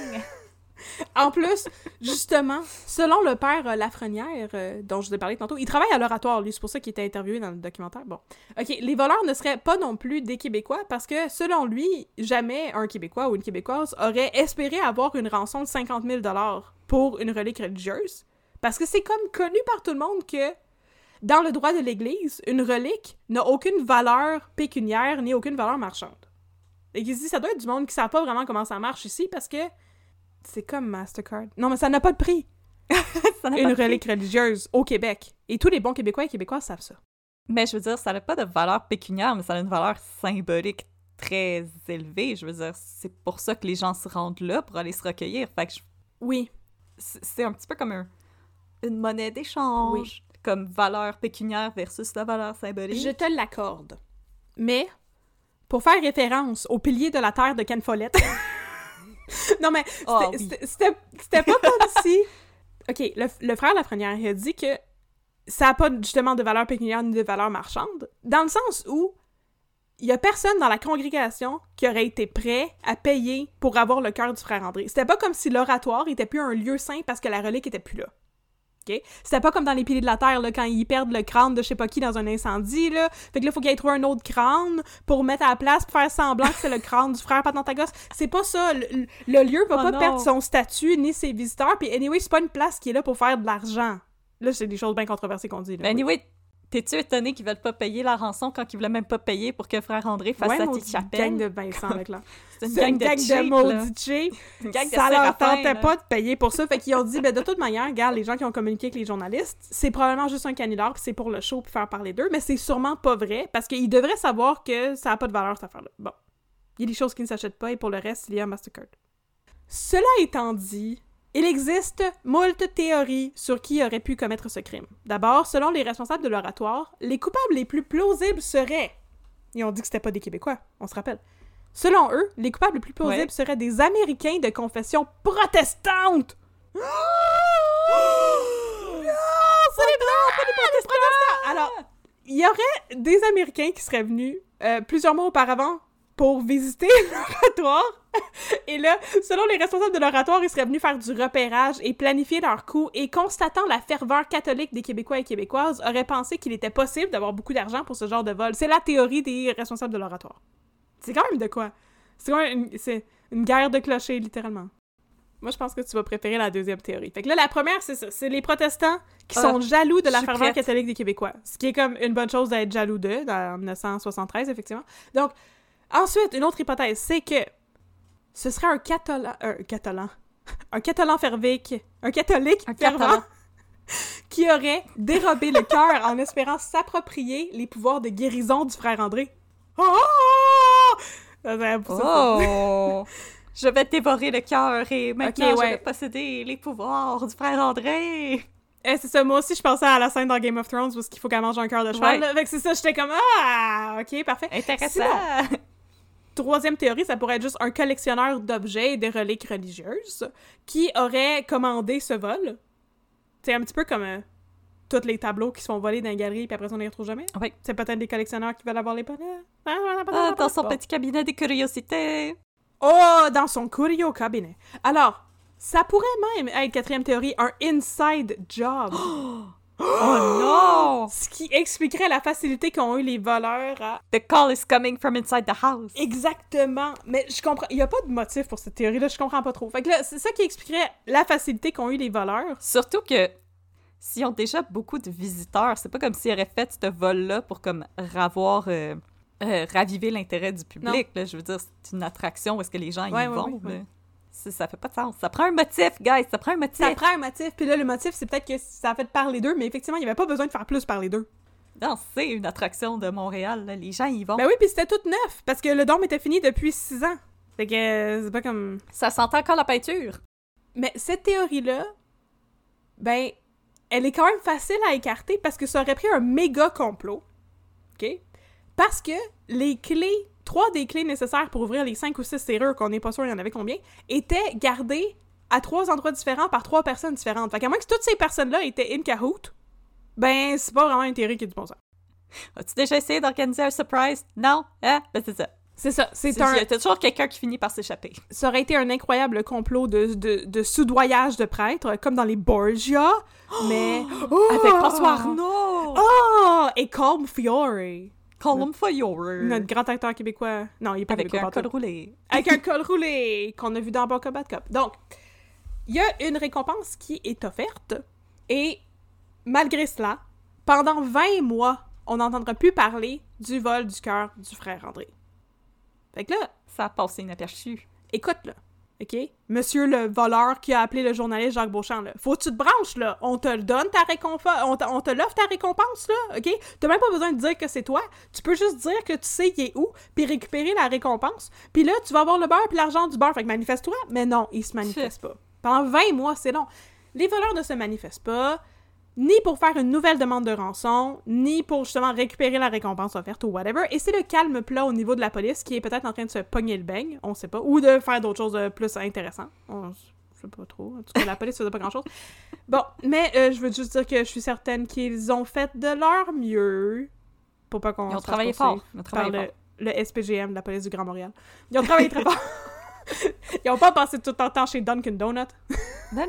En plus, justement, selon le père Lafrenière, dont je vous ai parlé tantôt, il travaille à l'oratoire, lui, c'est pour ça qu'il était interviewé dans le documentaire. Bon. OK, les voleurs ne seraient pas non plus des Québécois, parce que, selon lui, jamais un Québécois ou une Québécoise aurait espéré avoir une rançon de 50 000 $ pour une relique religieuse, parce que c'est comme connu par tout le monde que, dans le droit de l'Église, une relique n'a aucune valeur pécuniaire ni aucune valeur marchande. Et qu'il se dit, ça doit être du monde qui ne savent pas vraiment comment ça marche ici, parce que c'est comme Mastercard. Non, mais ça n'a pas de prix. Une relique religieuse au Québec. Et tous les bons Québécois et Québécoises savent ça. Mais je veux dire, ça n'a pas de valeur pécuniaire, mais ça a une valeur symbolique très élevée. Je veux dire, c'est pour ça que les gens se rendent là, pour aller se recueillir. Fait que oui. C'est un petit peu comme une monnaie d'échange, comme valeur pécuniaire versus la valeur symbolique. Je te l'accorde. Mais... pour faire référence au pilier de la terre de Ken Follett. Non, mais c'était pas comme si... OK, le frère Lafrenière, il a dit que ça n'a pas justement de valeur pécuniaire ni de valeur marchande, dans le sens où il y a personne dans la congrégation qui aurait été prêt à payer pour avoir le cœur du frère André. C'était pas comme si l'oratoire était plus un lieu saint parce que la relique était plus là. Okay? C'était pas comme dans les piliers de la terre, là, quand ils perdent le crâne de je sais pas qui dans un incendie, là. Fait que là, faut qu'ils aient trouvé un autre crâne pour mettre à la place, pour faire semblant que c'est le crâne du frère Patentagos. C'est pas ça. Le lieu va pas perdre son statut ni ses visiteurs, puis anyway, c'est pas une place qui est là pour faire de l'argent. Là, c'est des choses bien controversées qu'on dit. Là, anyway, t'es-tu étonné qu'ils veulent pas payer la rançon quand ils voulaient même pas payer pour que frère André fasse sa petite chapelle? C'est une gang de Vincent Leclerc. C'est une gang de maudits cheap. Une gang de ça leur Séraphin, tentait là. pas de payer pour ça. Fait qu'ils ont dit, ben de toute manière, regarde, les gens qui ont communiqué avec les journalistes, c'est probablement juste un canular, puis c'est pour le show, puis faire parler d'eux, mais c'est sûrement pas vrai, parce qu'ils devraient savoir que ça a pas de valeur, cette affaire-là. Bon. Il y a des choses qui ne s'achètent pas, et pour le reste, il y a Mastercard. Cela étant dit, il existe moult théories sur qui aurait pu commettre ce crime. D'abord, selon les responsables de l'oratoire, les coupables les plus plausibles seraient... Ils ont dit que c'était pas des Québécois, on se rappelle. Selon eux, les coupables les plus plausibles seraient des Américains de confession protestante! Non, c'est les Blancs, pas des protestants! Alors, il y aurait des Américains qui seraient venus plusieurs mois auparavant pour visiter l'oratoire. Et là, selon les responsables de l'oratoire, ils seraient venus faire du repérage et planifier leurs coups, et constatant la ferveur catholique des Québécois et Québécoises, auraient pensé qu'il était possible d'avoir beaucoup d'argent pour ce genre de vol. C'est la théorie des responsables de l'oratoire. C'est quand même de quoi? C'est quand même une guerre de clochers, littéralement. Moi, je pense que tu vas préférer la deuxième théorie. Fait que là, la première, c'est ça. C'est les protestants qui sont jaloux de la ferveur catholique des Québécois. Ce qui est comme une bonne chose d'être jaloux d'eux, en 1973, effectivement. Donc, ensuite, une autre hypothèse, c'est que ce serait un catholique fervent qui aurait dérobé le cœur en espérant s'approprier les pouvoirs de guérison du frère André. Oh! Je vais dévorer le cœur et maintenant je vais posséder les pouvoirs du frère André. C'est ça, moi aussi je pensais à la scène dans Game of Thrones où il faut qu'elle mange un cœur de cheval. Fait que c'est ça, j'étais comme ok, parfait. Intéressant. Sinon, troisième théorie, ça pourrait être juste un collectionneur d'objets et de reliques religieuses qui aurait commandé ce vol. C'est un petit peu comme tous les tableaux qui se font voler dans les galeries puis après ça on les retrouve jamais. Oui. C'est peut-être des collectionneurs qui veulent avoir les bonnets. Dans son petit cabinet des curiosités. Oh, dans son curio cabinet. Alors, ça pourrait même être, quatrième théorie, un inside job. Oh non! Ce qui expliquerait la facilité qu'ont eu les voleurs à... The call is coming from inside the house. Exactement. Mais je comprends... Il n'y a pas de motif pour cette théorie-là, je comprends pas trop. Fait que là, c'est ça qui expliquerait la facilité qu'ont eu les voleurs. Surtout que s'ils ont déjà beaucoup de visiteurs, c'est pas comme s'ils auraient fait ce vol-là pour comme raviver l'intérêt du public. Là. Je veux dire, c'est une attraction où est-ce que les gens y vont. Ouais. Ça fait pas de sens. Ça prend un motif, guys! Ça prend un motif! Ça prend un motif, puis là, le motif, c'est peut-être que ça a fait parler d'eux, mais effectivement, il n'y avait pas besoin de faire plus parler d'eux. Non, c'est une attraction de Montréal, là. Les gens y vont. Ben oui, puis c'était tout neuf, parce que le dôme était fini depuis 6 ans. Fait que c'est pas comme... Ça sent encore la peinture! Mais cette théorie-là, ben, elle est quand même facile à écarter, parce que ça aurait pris un méga complot, OK? Parce que les clés... 3 des clés nécessaires pour ouvrir les 5 ou 6 serrures, qu'on n'est pas sûr il y en avait combien, étaient gardées à 3 endroits différents par 3 personnes différentes. Fait qu'à moins que toutes ces personnes-là étaient in cahoot, ben c'est pas vraiment une théorie qui est du bon sens. As-tu déjà essayé d'organiser un surprise? Non? Hein? Ben c'est ça. C'est ça. Il y a toujours quelqu'un qui finit par s'échapper. Ça aurait été un incroyable complot de soudoyage de prêtres, comme dans les Borgia, mais... Avec François Arnaud! Oh! Et Colm Fiore. Colm Fiore. Notre grand acteur québécois. Non, il est pas avec québécois. Un col roulé. Avec un col roulé qu'on a vu dans Bon Cop, Bad Cop. Donc, il y a une récompense qui est offerte et malgré cela, pendant 20 mois, on n'entendra plus parler du vol du cœur du frère André. Fait que là... Ça a passé inaperçu. Écoute, là. OK? Monsieur le voleur qui a appelé le journaliste Jacques Beauchamp, là. Faut que tu te branches, là. On te le donne, ta récompense. On te l'offre, ta récompense, là. OK? T'as même pas besoin de dire que c'est toi. Tu peux juste dire que tu sais qui est où, puis récupérer la récompense. Puis là, tu vas avoir le beurre puis l'argent du beurre. Fait que manifeste-toi. Mais non, il se manifeste pas. Pendant 20 mois, c'est long. Les voleurs ne se manifestent pas, ni pour faire une nouvelle demande de rançon, ni pour justement récupérer la récompense offerte ou whatever. Et c'est le calme plat au niveau de la police qui est peut-être en train de se pogner le beigne, on sait pas, ou de faire d'autres choses de plus intéressantes. On sait pas trop. En tout cas, la police faisait pas grand-chose. Bon, mais je veux juste dire que je suis certaine qu'ils ont fait de leur mieux pour pas qu'on... Ils ont travaillé fort. Le SPGM de la police du Grand Montréal. Ils ont travaillé très fort. Ils ont pas passé tout leur temps chez Dunkin' Donut. Non.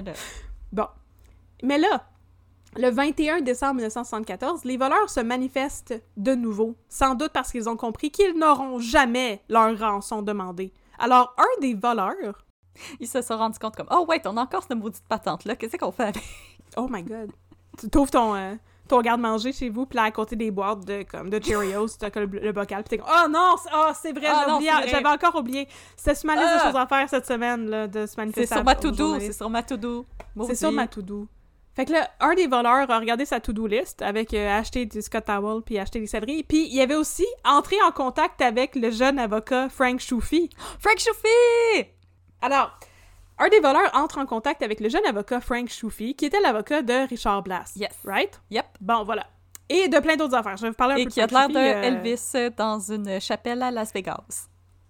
Bon. Mais là, le 21 décembre 1974, les voleurs se manifestent de nouveau, sans doute parce qu'ils ont compris qu'ils n'auront jamais leur rançon demandée. Alors, un des voleurs... Ils se sont rendus compte comme « Oh, wait, on a encore cette maudite patente-là, qu'est-ce qu'on fait avec? » Oh my God! Tu trouves ton garde-manger chez vous, puis là, à côté des boîtes de Cheerios, tu as le bocal, puis t'es comme « Oh non! C'est vrai, j'avais encore oublié! » C'était sur ma liste de choses à faire cette semaine, là, de se manifester. C'est sur ma to-do, c'est sur ma to-do. C'est sur ma to-do. Fait que là, un des voleurs a regardé sa to-do list avec acheter du Scott Towel puis acheter des céleris. Puis il avait aussi entré en contact avec le jeune avocat Frank Choufi. Frank Choufi! Alors, un des voleurs entre en contact avec le jeune avocat Frank Choufi, qui était l'avocat de Richard Blass. Yes. Right? Yep. Bon, voilà. Et de plein d'autres affaires. Je vais vous parler un peu de Frank Choufi. Et qui a l'air de Elvis dans une chapelle à Las Vegas.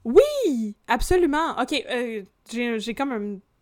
Oui! Absolument! OK, j'ai comme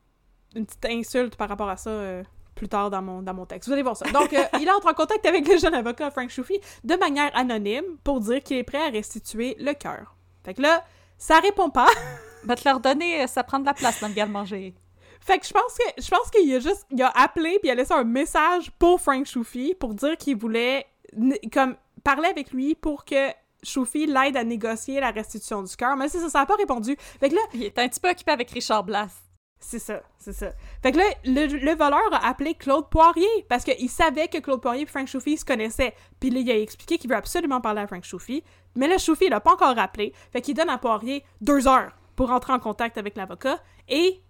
une petite insulte par rapport à ça... plus tard dans mon texte. Vous allez voir ça. Donc, il entre en contact avec le jeune avocat Frank Choufi de manière anonyme pour dire qu'il est prêt à restituer le cœur. Fait que là, ça répond pas. Va te leur donner, ça prend de la place dans le garde-manger. Fait que je pense qu'il a appelé puis il a laissé un message pour Frank Choufi pour dire qu'il voulait comme parler avec lui pour que Choufi l'aide à négocier la restitution du cœur. Mais ça n'a pas répondu. Fait que là... Il est un petit peu occupé avec Richard Blass. C'est ça. Fait que là, le voleur a appelé Claude Poirier, parce qu'il savait que Claude Poirier et Frank Choufi se connaissaient. Puis là, il a expliqué qu'il veut absolument parler à Frank Choufi, mais là, Choufi, il l'a pas encore rappelé, fait qu'il donne à Poirier 2 heures pour entrer en contact avec l'avocat et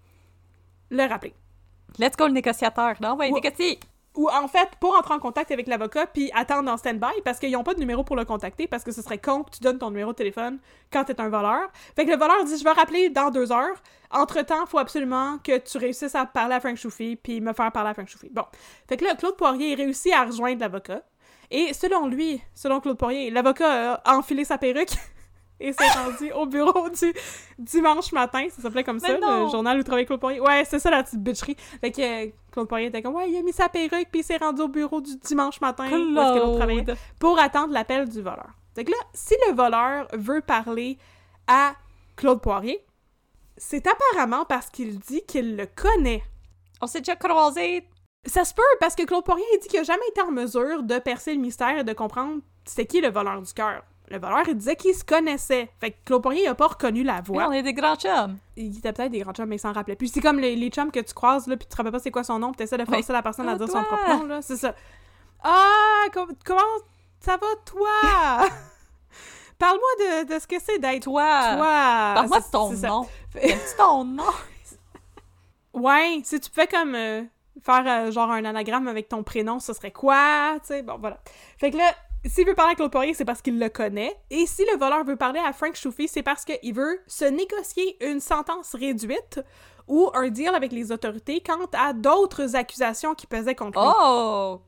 le rappeler. Let's go, le négociateur. Non, ouais, négocier! Ou en fait, pour entrer en contact avec l'avocat, puis attendre en stand-by, parce qu'ils n'ont pas de numéro pour le contacter, parce que ce serait con que tu donnes ton numéro de téléphone quand t'es un voleur. Fait que le voleur dit « Je vais rappeler dans 2 heures. Entre-temps, il faut absolument que tu réussisses à parler à Frank Choufi, puis me faire parler à Frank Choufi. » Bon. Fait que là, Claude Poirier réussit à rejoindre l'avocat. Et selon Claude Poirier, l'avocat a enfilé sa perruque et s'est rendu au bureau du dimanche matin. Ça s'appelait comme ça, le journal où travaillait Claude Poirier. Ouais, c'est ça la petite bitcherie. Fait que Claude Poirier était comme « Ouais, il a mis sa perruque puis il s'est rendu au bureau du dimanche matin où est-ce que l'autre travaillait pour attendre l'appel du voleur. » Fait que là, si le voleur veut parler à Claude Poirier, c'est apparemment parce qu'il dit qu'il le connaît. On s'est déjà croisés Ça se peut, parce que Claude Poirier, il dit qu'il a jamais été en mesure de percer le mystère et de comprendre c'était qui le voleur du cœur. Le voleur, il disait qu'il se connaissait. Fait que Claude Poirier, il a pas reconnu la voix. Oui, on est des grands chums. Il était peut-être des grands chums, mais il s'en rappelait plus. C'est comme les chums que tu croises, là, puis tu te rappelles pas c'est quoi son nom, puis t'essaies de forcer la personne à dire son propre nom, là. C'est ça. Ah! Comment ça va, toi? Parle-moi de ce que c'est d'être Toi! Parle-moi de ton c'est nom. Aimes-tu ton nom? Ouais, si tu pouvais comme faire genre un anagramme avec ton prénom, ce serait quoi? Tu sais, bon, voilà. Fait que là, s'il veut parler à Claude Poirier, c'est parce qu'il le connaît. Et si le voleur veut parler à Frank Choufi, c'est parce qu'il veut se négocier une sentence réduite ou un deal avec les autorités quant à d'autres accusations qui pesaient contre lui. Oh!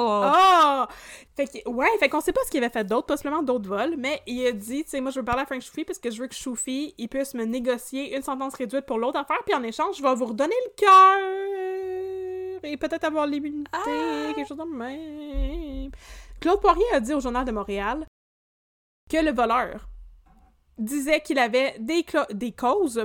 Fait qu'on sait pas ce qu'il avait fait d'autre, possiblement d'autres vols, mais il a dit, tu sais, moi je veux parler à Frank Choufi parce que je veux que Choufi, il puisse me négocier une sentence réduite pour l'autre affaire, puis en échange, je vais vous redonner le cœur et peut-être avoir l'immunité, quelque chose de même. Claude Poirier a dit au Journal de Montréal que le voleur disait qu'il avait des causes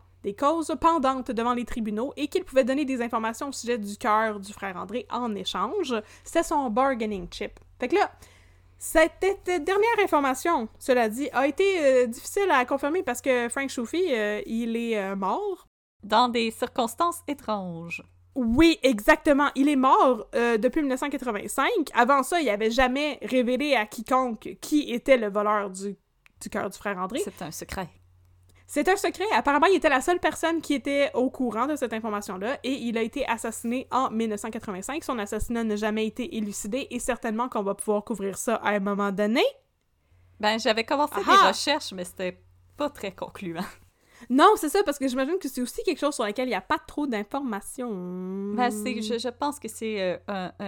pendantes devant les tribunaux et qu'il pouvait donner des informations au sujet du cœur du frère André en échange. C'était son bargaining chip. Fait que là, cette dernière information, cela dit, a été difficile à confirmer parce que Frank Choufi, il est mort. Dans des circonstances étranges. Oui, exactement. Il est mort depuis 1985. Avant ça, il n'avait jamais révélé à quiconque qui était le voleur du cœur du frère André. C'est un secret. C'est un secret. Apparemment, il était la seule personne qui était au courant de cette information-là et il a été assassiné en 1985. Son assassinat n'a jamais été élucidé et certainement qu'on va pouvoir couvrir ça à un moment donné. Ben, j'avais commencé des recherches, mais c'était pas très concluant. Non, c'est ça, parce que j'imagine que c'est aussi quelque chose sur lequel il n'y a pas trop d'informations. Ben, je pense que c'est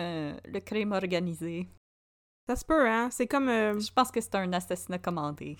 le crime organisé. Ça se peut, hein? C'est comme... Je pense que c'est un assassinat commandé.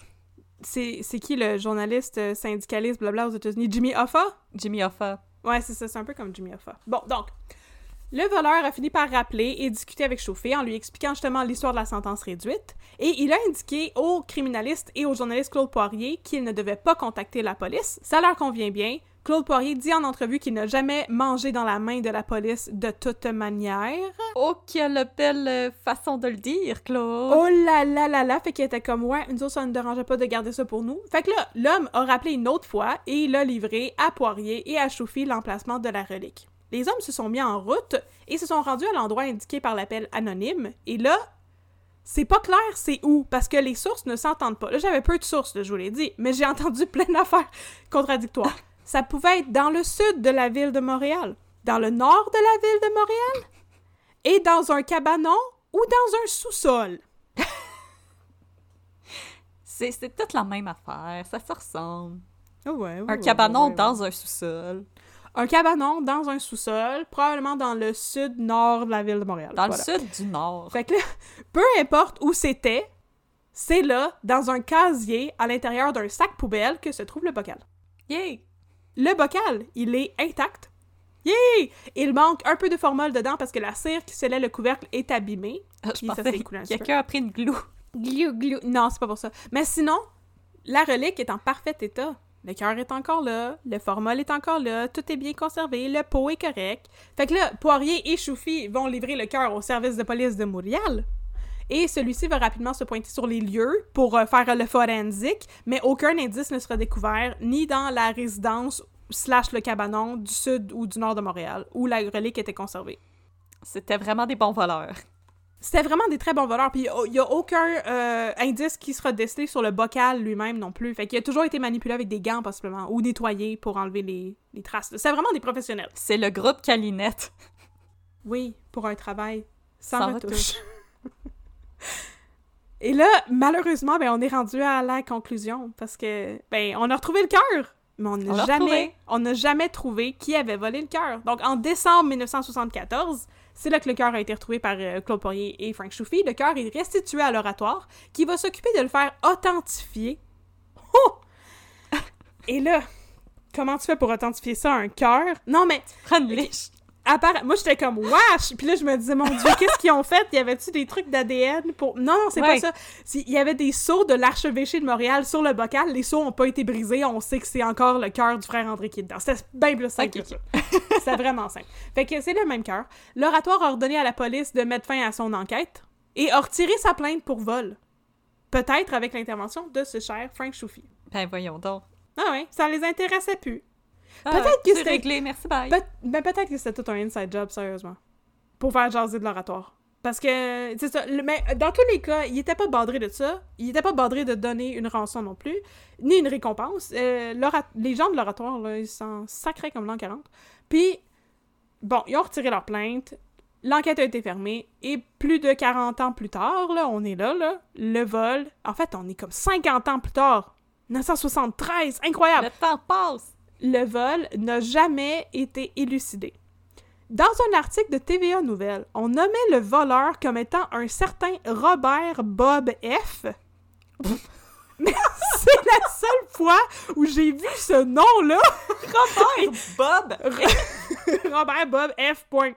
C'est qui le journaliste syndicaliste blabla aux États-Unis? Jimmy Hoffa? Jimmy Hoffa. Ouais, c'est ça, c'est un peu comme Jimmy Hoffa. Bon, donc, le voleur a fini par rappeler et discuter avec Chauffé en lui expliquant justement l'histoire de la sentence réduite, et il a indiqué aux criminalistes et au journaliste Claude Poirier qu'ils ne devaient pas contacter la police. Ça leur convient bien. Claude Poirier dit en entrevue qu'il n'a jamais mangé dans la main de la police de toute manière. Oh, quelle belle façon de le dire, Claude! Oh là là là là! Fait qu'il était comme, ouais, nous autres, ça ne dérangeait pas de garder ça pour nous. Fait que là, l'homme a rappelé une autre fois et il a livré à Poirier et à Choufi l'emplacement de la relique. Les hommes se sont mis en route et se sont rendus à l'endroit indiqué par l'appel anonyme. Et là, c'est pas clair c'est où, parce que les sources ne s'entendent pas. Là, j'avais peu de sources, là, je vous l'ai dit, mais j'ai entendu plein d'affaires contradictoires. Ça pouvait être dans le sud de la ville de Montréal, dans le nord de la ville de Montréal, et dans un cabanon ou dans un sous-sol. C'est toute la même affaire, ça se ressemble. Un cabanon dans un sous-sol. Un cabanon dans un sous-sol, probablement dans le sud-nord de la ville de Montréal. Dans le sud du nord. Fait que là, peu importe où c'était, c'est là, dans un casier, à l'intérieur d'un sac poubelle, que se trouve le bocal. Yay! Le bocal, il est intact. Yay! Il manque un peu de formol dedans parce que la cire qui scellait le couvercle est abîmée. Je pensais que quelqu'un a pris une glue. Glue. Non, c'est pas pour ça. Mais sinon, la relique est en parfait état. Le cœur est encore là, le formol est encore là, tout est bien conservé, le pot est correct. Fait que là, Poirier et Choufi vont livrer le cœur au service de police de Montréal. Et celui-ci va rapidement se pointer sur les lieux pour faire le forensique, mais aucun indice ne sera découvert, ni dans la résidence / le cabanon du sud ou du nord de Montréal, où la relique était conservée. C'était vraiment des bons voleurs. C'était vraiment des très bons voleurs, puis il n'y a aucun indice qui sera décelé sur le bocal lui-même non plus. Fait qu'il a toujours été manipulé avec des gants, possiblement, ou nettoyé pour enlever les traces. C'est vraiment des professionnels. C'est le groupe Calinette. Oui, pour un travail sans retouche. Et là, malheureusement, on est rendu à la conclusion, parce que, on a retrouvé le cœur, mais on n'a jamais trouvé qui avait volé le cœur. Donc, en décembre 1974, c'est là que le cœur a été retrouvé par Claude Poirier et Frank Choufi. Le cœur est restitué à l'oratoire, qui va s'occuper de le faire authentifier. Oh! Et là, comment tu fais pour authentifier ça, un cœur? Non, mais... Prends une liche. Moi, j'étais comme, wesh! Puis là, je me disais, mon Dieu, qu'est-ce qu'ils ont fait? Y avait-tu des trucs d'ADN pour... Non, c'est pas ça. Il y avait des sceaux de l'archevêché de Montréal sur le bocal. Les sceaux ont pas été brisés. On sait que c'est encore le cœur du frère André qui est dedans. C'était bien plus simple que ça. C'était vraiment simple. Fait que c'est le même cœur. L'oratoire a ordonné à la police de mettre fin à son enquête et a retiré sa plainte pour vol. Peut-être avec l'intervention de ce cher Frank Choufi. Ben voyons donc. Ah ouais, ça les intéressait plus. Peut-être que c'est réglé, merci, bye. Peut-être que c'était tout un inside job, sérieusement. Pour faire jaser de l'oratoire. Parce que, c'est ça, mais dans tous les cas, il était pas badré de ça. Il était pas badré de donner une rançon non plus, ni une récompense. Les gens de l'oratoire, là, ils s'en sacraient comme l'an 40. Puis, bon, ils ont retiré leur plainte. L'enquête a été fermée. Et plus de 40 ans plus tard, là, on est là, le vol. En fait, on est comme 50 ans plus tard. 1973, incroyable! Le temps passe! Le vol n'a jamais été élucidé. Dans un article de TVA Nouvelles, on nommait le voleur comme étant un certain Robert Bob F. Mais c'est la seule fois où j'ai vu ce nom-là. Robert Bob! Robert Bob F. Ben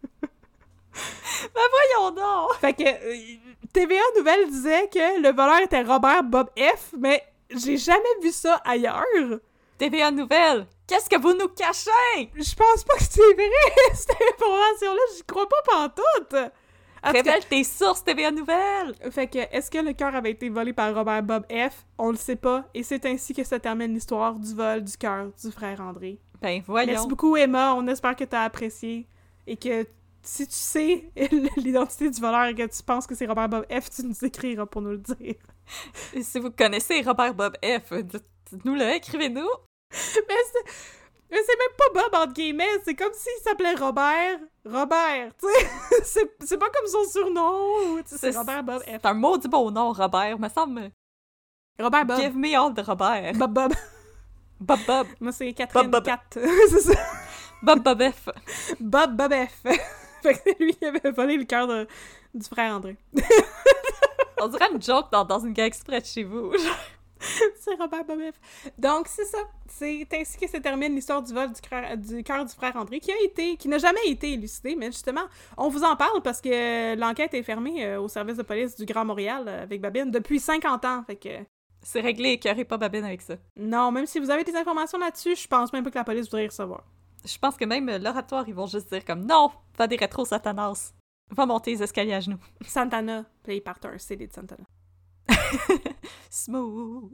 voyons donc! Fait que TVA Nouvelles disait que le voleur était Robert Bob F, mais j'ai jamais vu ça ailleurs. TVA Nouvelles, qu'est-ce que vous nous cachez? Je pense pas que c'est vrai, cette information-là, j'y crois pas pantoute! Révèle tes sources, TVA Nouvelles! Fait que, est-ce que le cœur avait été volé par Robert Bob F? On le sait pas, et c'est ainsi que se termine l'histoire du vol du cœur du frère André. Ben voyons! Merci beaucoup, Emma, on espère que t'as apprécié, et que si tu sais l'identité du voleur et que tu penses que c'est Robert Bob F, tu nous écriras pour nous le dire. Et si vous connaissez Robert Bob F, dites-nous-le, écrivez-nous! Mais c'est même pas Bob, entre guillemets, c'est comme s'il s'appelait Robert, tu sais, c'est pas comme son surnom, c'est Robert Bob F. C'est un maudit beau nom, Robert, me semble. Robert Bob. Give me all de Robert. Bob. Bob. Moi, c'est Catherine Bob. Cat, c'est ça. Bob F. Bob F. Fait que c'est lui qui avait volé le cœur du frère André. On dirait une joke dans une gag exprès de chez vous. C'est Robert Bob F. Donc, c'est ça. C'est ainsi que se termine l'histoire du vol du cœur du frère André, qui n'a jamais été élucidé, mais justement, on vous en parle parce que l'enquête est fermée au service de police du Grand Montréal avec Babine depuis 50 ans, fait que... C'est réglé, écœurez pas Babine avec ça. Non, même si vous avez des informations là-dessus, je pense même pas que la police voudrait y recevoir. Je pense que même l'oratoire, ils vont juste dire comme « Non, va des rétros Satanas. Va monter les escaliers à genoux. » Santana, puis ils partent un CD de Santana. Smooth.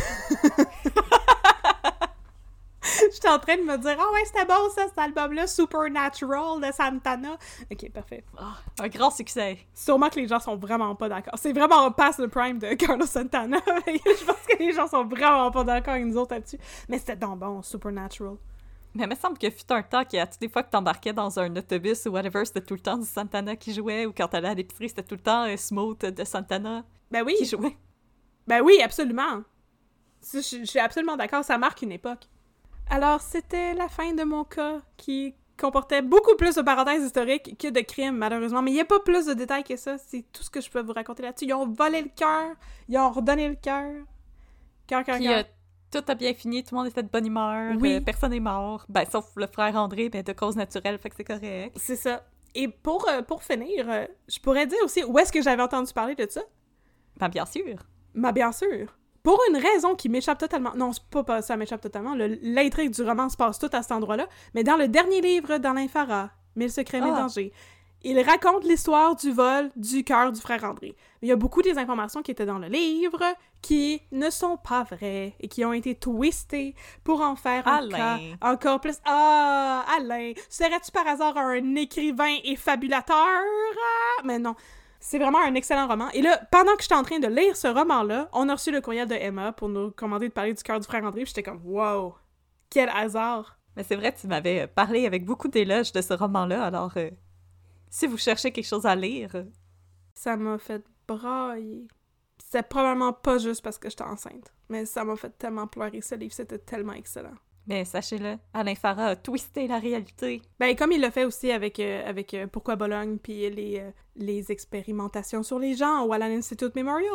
J'étais en train de me dire « Ah ouais, c'était bon ça, cet album-là, Supernatural de Santana. » Ok, parfait. Un grand succès. Sûrement que les gens sont vraiment pas d'accord. C'est vraiment past le prime de Carlos Santana. Je pense que les gens sont vraiment pas d'accord avec nous autres là-dessus. Mais c'était donc bon, Supernatural. Mais il me semble qu'il fut un temps qu'à toutes les fois que t'embarquais dans un autobus ou whatever, c'était tout le temps du Santana qui jouait, ou quand t'allais à l'épicerie, c'était tout le temps Smooth de Santana qui jouait. Ben oui, absolument. Je suis absolument d'accord, ça marque une époque. Alors, c'était la fin de mon cas qui comportait beaucoup plus de parenthèses historiques que de crimes, malheureusement. Mais il n'y a pas plus de détails que ça. C'est tout ce que je peux vous raconter là-dessus. Ils ont volé le cœur. Ils ont redonné le cœur. Cœur. Tout a bien fini, tout le monde était de bonne humeur, personne n'est mort. Ben, sauf le frère André, ben, de cause naturelle, fait que c'est correct. C'est ça. Et pour finir, je pourrais dire aussi où est-ce que j'avais entendu parler de ça? Ben, bien sûr. Bien sûr. Pour une raison qui m'échappe totalement. Non, c'est pas ça m'échappe totalement. L'intrigue du roman se passe tout à cet endroit-là. Mais dans le dernier livre d'Alain Farah, Mille secrets, mille dangers, il raconte l'histoire du vol du cœur du frère André. Il y a beaucoup des informations qui étaient dans le livre qui ne sont pas vraies et qui ont été twistées pour en faire un cas encore plus... Ah, Alain! Serais-tu par hasard un écrivain et fabulateur? Ah, mais non. C'est vraiment un excellent roman. Et là, pendant que j'étais en train de lire ce roman-là, on a reçu le courriel de Emma pour nous commander de parler du cœur du frère André, puis j'étais comme « Wow! Quel hasard! » Mais c'est vrai, tu m'avais parlé avec beaucoup d'éloges de ce roman-là, alors si vous cherchez quelque chose à lire... Ça m'a fait brailler. C'était probablement pas juste parce que j'étais enceinte, mais ça m'a fait tellement pleurer, ce livre, c'était tellement excellent. Mais sachez-le, Alain Farah a twisté la réalité. Ben, comme il l'a fait aussi avec Pourquoi Bologne, puis les expérimentations sur les gens ou à l'Institute Memorial.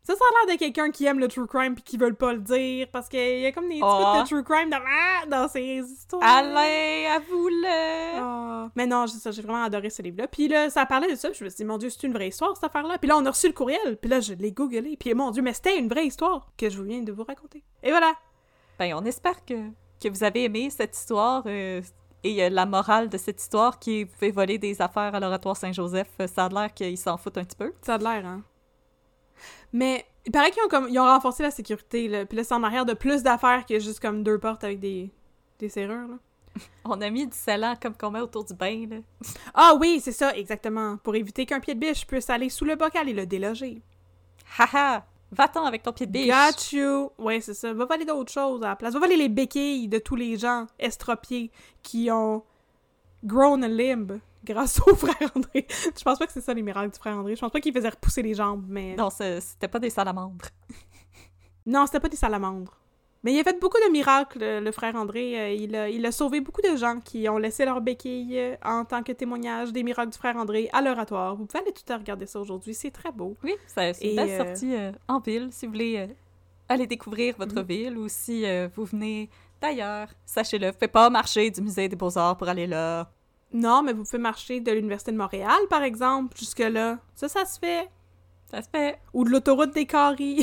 Ça a l'air de quelqu'un qui aime le true crime pis qui veut pas le dire, parce qu'il y a comme des petits bouts de true crime dans ces histoires. Allez, avoue-le! Mais non, j'ai vraiment adoré ce livre-là. Puis là, ça parlait de ça, puis je me suis dit, mon Dieu, c'est une vraie histoire, cette affaire-là. Puis là, on a reçu le courriel, puis là, je l'ai googlé, puis mon Dieu, mais c'était une vraie histoire que je viens de vous raconter. Et voilà! Ben, on espère que vous avez aimé cette histoire, et la morale de cette histoire qui est, vous pouvez voler des affaires à l'Oratoire Saint-Joseph, ça a l'air qu'ils s'en foutent un petit peu. Ça a de l'air, hein? Mais il paraît ils ont renforcé la sécurité, là. Puis là, c'est en arrière de plus d'affaires que juste comme 2 portes avec des serrures, là. On a mis du scellant comme qu'on met autour du bain, là. Ah oui, c'est ça, exactement. Pour éviter qu'un pied de biche puisse aller sous le bocal et le déloger. Haha! Va-t'en avec ton pied de biche! Got you! Ouais, c'est ça. Va voler d'autres choses à la place. Va voler les béquilles de tous les gens estropiés qui ont grown a limb grâce au frère André. Je pense pas que c'est ça les miracles du frère André. Je pense pas qu'il faisait repousser les jambes, mais... Non, c'était pas des salamandres. Non, c'était pas des salamandres. Mais il a fait beaucoup de miracles, le frère André. Il a sauvé beaucoup de gens qui ont laissé leur béquille en tant que témoignage des miracles du frère André à l'Oratoire. Vous pouvez aller tout à regarder ça aujourd'hui, c'est très beau. Oui, c'est une belle sortie en ville, si vous voulez aller découvrir votre ville, ou si vous venez d'ailleurs, sachez-le, vous pouvez pas marcher du Musée des Beaux-Arts pour aller là. Non, mais vous pouvez marcher de l'Université de Montréal, par exemple, jusque-là. Ça se fait. Ça se fait. Ou de l'autoroute des Caries.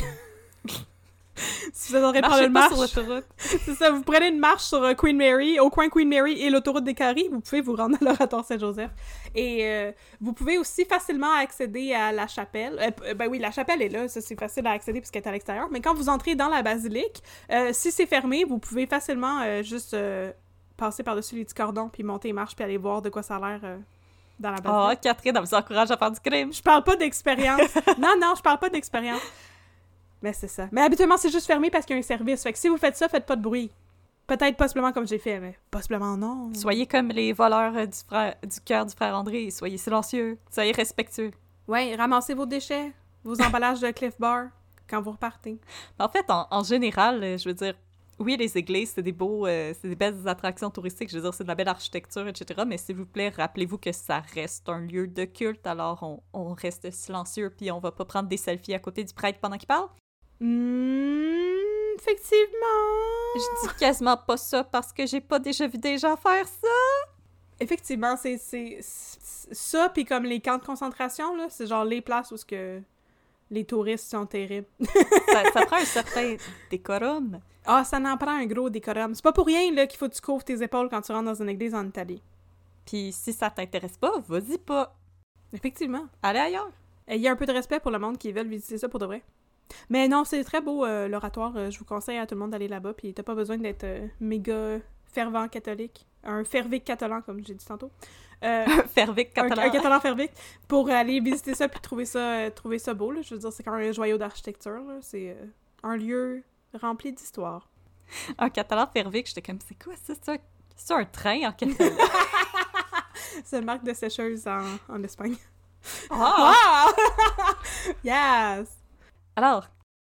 Si vous êtes en train de prendre une marche sur l'autoroute. C'est ça, vous prenez une marche sur Queen Mary, au coin Queen Mary et l'autoroute des Caries, vous pouvez vous rendre à l'Oratoire Saint-Joseph. Et vous pouvez aussi facilement accéder à la chapelle. Ben oui, la chapelle est là, ça c'est facile à accéder puisqu'elle est à l'extérieur. Mais quand vous entrez dans la basilique, si c'est fermé, vous pouvez facilement juste passer par-dessus les petits cordons, puis monter les marches, puis aller voir de quoi ça a l'air dans la basilique. Oh, Catherine, elle vous encourage à faire du crime! Je parle pas d'expérience! Non, je parle pas d'expérience! Mais c'est ça. Mais habituellement, c'est juste fermé parce qu'il y a un service. Fait que si vous faites ça, faites pas de bruit. Peut-être possiblement comme j'ai fait, mais possiblement non. Soyez comme les voleurs du cœur du frère André. Soyez silencieux. Soyez respectueux. Ouais, ramassez vos déchets, vos emballages de Cliff Bar quand vous repartez. En fait, en général, je veux dire, oui, les églises, c'est des belles attractions touristiques. Je veux dire, c'est de la belle architecture, etc. Mais s'il vous plaît, rappelez-vous que ça reste un lieu de culte. Alors, on reste silencieux puis on va pas prendre des selfies à côté du prêtre pendant qu'il parle. Effectivement. Je dis quasiment pas ça parce que j'ai pas déjà vu des gens faire ça. Effectivement, c'est ça, puis comme les camps de concentration, là, c'est genre les places où que les touristes sont terribles. ça prend un certain décorum. Ah, ça en prend un gros décorum. C'est pas pour rien là qu'il faut que tu couvres tes épaules quand tu rentres dans une église en Italie. Puis si ça t'intéresse pas, vas-y pas. Effectivement. Allez ailleurs. Il y a un peu de respect pour le monde qui veulent visiter ça pour de vrai. Mais non, c'est très beau, l'Oratoire. Je vous conseille à tout le monde d'aller là-bas. Puis t'as pas besoin d'être méga fervent catholique. Un fervique catalan, comme j'ai dit tantôt. Fervique catalan. Un catalan fervique. Pour aller visiter ça puis trouver ça beau. Là. Je veux dire, c'est quand même un joyau d'architecture. Là. C'est un lieu rempli d'histoire. Un catalan fervique, j'étais comme, c'est quoi ça? C'est un train en catalan? C'est une marque de sécheuse en Espagne. Ah! Yes! Alors,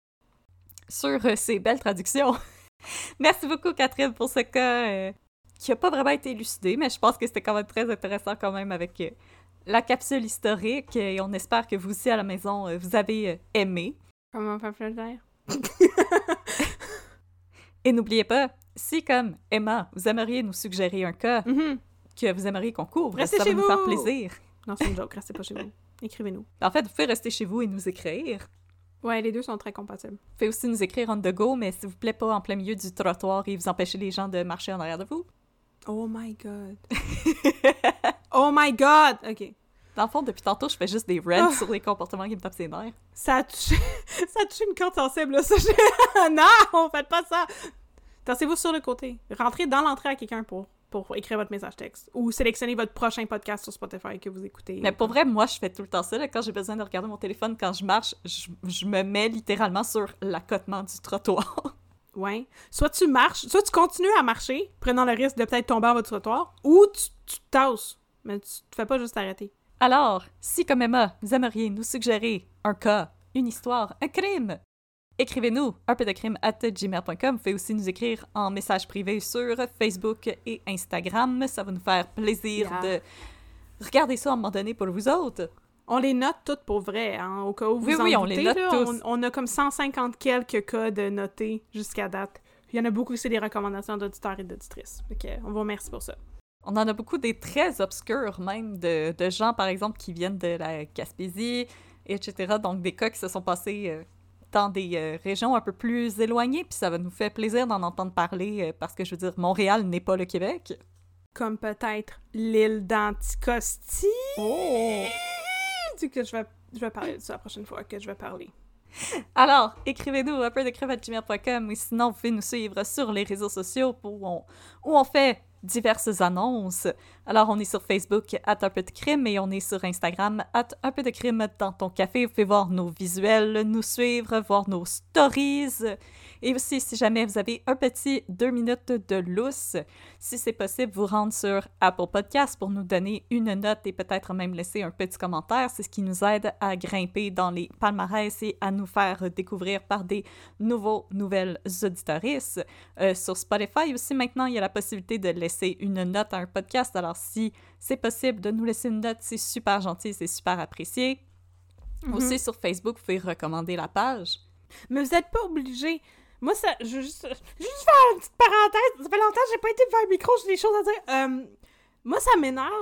sur ces belles traductions, merci beaucoup Catherine pour ce cas qui n'a pas vraiment été élucidé, mais je pense que c'était quand même très intéressant quand même avec la capsule historique et on espère que vous aussi à la maison, vous avez aimé. Comment faire plaisir? Et n'oubliez pas, si comme Emma, vous aimeriez nous suggérer un cas que vous aimeriez qu'on couvre, restez ça va nous faire plaisir. Non, c'est une joke, restez pas chez vous. Écrivez-nous. En fait, vous pouvez rester chez vous et nous écrire. Ouais, les deux sont très compatibles. Vous pouvez aussi nous écrire on the go, mais s'il vous plaît, pas en plein milieu du trottoir et vous empêchez les gens de marcher en arrière de vous. Oh my god. Oh my god! OK. Dans le fond, depuis tantôt, je fais juste des rants sur les comportements qui me tapent ses nerfs. Ça a touché une corde sensible, là. Ça, non, faites pas ça! Tassez-vous sur le côté. Rentrez dans l'entrée à quelqu'un pour écrire votre message texte. Ou sélectionnez votre prochain podcast sur Spotify que vous écoutez. Mais pour vrai, moi, je fais tout le temps ça. Là, quand j'ai besoin de regarder mon téléphone, quand je marche, je me mets littéralement sur l'accotement du trottoir. Ouais. Soit tu marches, soit tu continues à marcher, prenant le risque de peut-être tomber en votre trottoir, ou tu te tasses. Mais tu te fais pas juste arrêter. Alors, si comme Emma, vous aimeriez nous suggérer un cas, une histoire, un crime, écrivez-nous unpeudecrime@gmail.com. Vous pouvez aussi nous écrire en message privé sur Facebook et Instagram. Ça va nous faire plaisir de regarder ça à un moment donné pour vous autres. On les note toutes pour vrai, hein, au cas où vous Oui, en oui, on doutez, les note là, tous. on a comme 150 quelques cas de notés jusqu'à date. Il y en a beaucoup, c'est des recommandations d'auditeurs et d'auditrices. Ok, on vous remercie pour ça. On en a beaucoup des très obscurs, même, de gens, par exemple, qui viennent de la Gaspésie, etc. Donc, des cas qui se sont passés dans des régions un peu plus éloignées, puis ça va nous faire plaisir d'en entendre parler, parce que, je veux dire, Montréal n'est pas le Québec. Comme peut-être l'île d'Anticosti. Oh! Tu sais que je vais parler de ça la prochaine fois que je vais parler. Alors, écrivez-nous unpeudecrème@gmail.com ou sinon, vous pouvez nous suivre sur les réseaux sociaux où on fait diverses annonces. Alors, on est sur Facebook @unpeudecrime et on est sur Instagram @unpeudecrime dans ton café. Vous pouvez voir nos visuels, nous suivre, voir nos stories. Et aussi, si jamais vous avez un petit 2 minutes de lousse, si c'est possible, vous rendre sur Apple Podcasts pour nous donner une note et peut-être même laisser un petit commentaire. C'est ce qui nous aide à grimper dans les palmarès et à nous faire découvrir par des nouvelles auditorices. Sur Spotify aussi, maintenant, il y a la possibilité de laisser une note à un podcast. Alors, si c'est possible de nous laisser une note, c'est super gentil, c'est super apprécié. Aussi, sur Facebook, vous pouvez recommander la page. Mais vous n'êtes pas obligés. Moi, ça, je veux juste faire une petite parenthèse. Ça fait longtemps que j'ai pas été devant un micro, j'ai des choses à dire. Moi, ça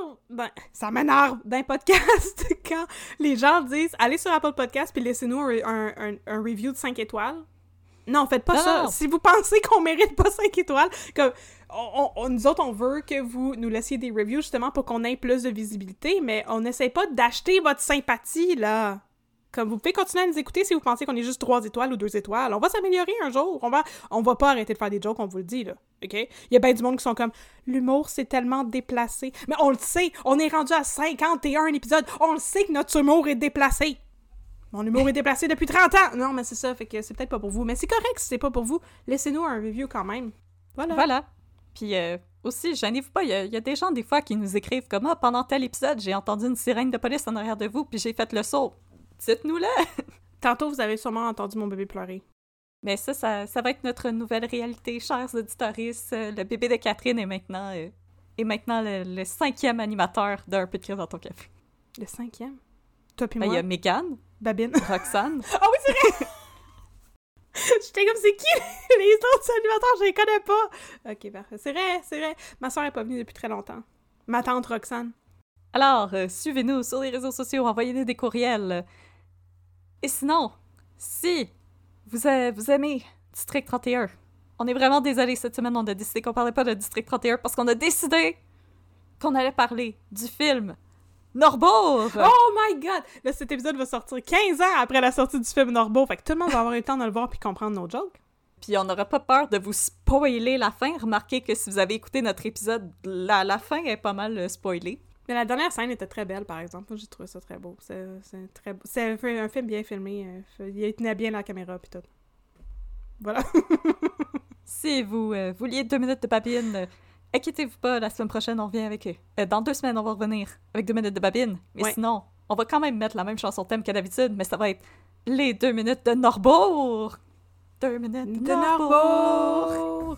m'énerve d'un podcast quand les gens disent « Allez sur Apple Podcast puis laissez-nous un review de 5 étoiles. » Non, faites pas ça. Si vous pensez qu'on mérite pas 5 étoiles, comme nous autres, on veut que vous nous laissiez des reviews justement pour qu'on ait plus de visibilité, mais on n'essaie pas d'acheter votre sympathie, là. Comme vous pouvez continuer à nous écouter si vous pensez qu'on est juste 3 étoiles ou 2 étoiles. On va s'améliorer un jour. On va pas arrêter de faire des jokes, on vous le dit, là. OK? Il y a bien du monde qui sont comme « L'humour, c'est tellement déplacé. » Mais on le sait, on est rendu à 51 épisodes. On le sait que notre humour est déplacé. Mon humour est déplacé depuis 30 ans! Non, mais c'est ça, fait que c'est peut-être pas pour vous. Mais c'est correct si c'est pas pour vous. Laissez-nous un review quand même. Voilà. Puis aussi, gênez-vous pas, il y a des gens des fois qui nous écrivent comme « Ah, pendant tel épisode, j'ai entendu une sirène de police en arrière de vous, puis j'ai fait le saut. » Dites-nous-le! Tantôt, vous avez sûrement entendu mon bébé pleurer. Mais ça va être notre nouvelle réalité, chers auditoristes. Le bébé de Catherine est maintenant le 5e animateur d'un peu de crise dans ton café. Le 5e? Toi pis Ben, moi? il y a Mégane, Babine. Roxane. Ah oui, c'est vrai! J'étais comme, c'est qui les autres animateurs? Je les connais pas! Ok, parfait. C'est vrai. Ma soeur est pas venue depuis très longtemps. Ma tante Roxane. Alors, suivez-nous sur les réseaux sociaux, envoyez-nous des courriels. Et sinon, si vous aimez District 31, on est vraiment désolé cette semaine, on a décidé qu'on parlait pas de District 31 parce qu'on a décidé qu'on allait parler du film Norbourg! Oh my god! Là, cet épisode va sortir 15 ans après la sortie du film Norbourg, fait que tout le monde va avoir eu le temps de le voir puis comprendre nos jokes. Puis on n'aura pas peur de vous spoiler la fin. Remarquez que si vous avez écouté notre épisode, la fin est pas mal spoilée. Mais la dernière scène était très belle, par exemple. Moi, j'ai trouvé ça très beau. C'est très beau. C'est un film bien filmé. Il tenait bien la caméra puis tout. Voilà. Si vous vouliez 2 minutes de babine, inquiétez-vous pas, la semaine prochaine, on revient avec eux. Dans 2 semaines, on va revenir avec 2 minutes de babine. Mais ouais. Sinon, on va quand même mettre la même chanson thème que d'habitude, mais ça va être les 2 minutes de Norbourg! 2 minutes de Norbourg!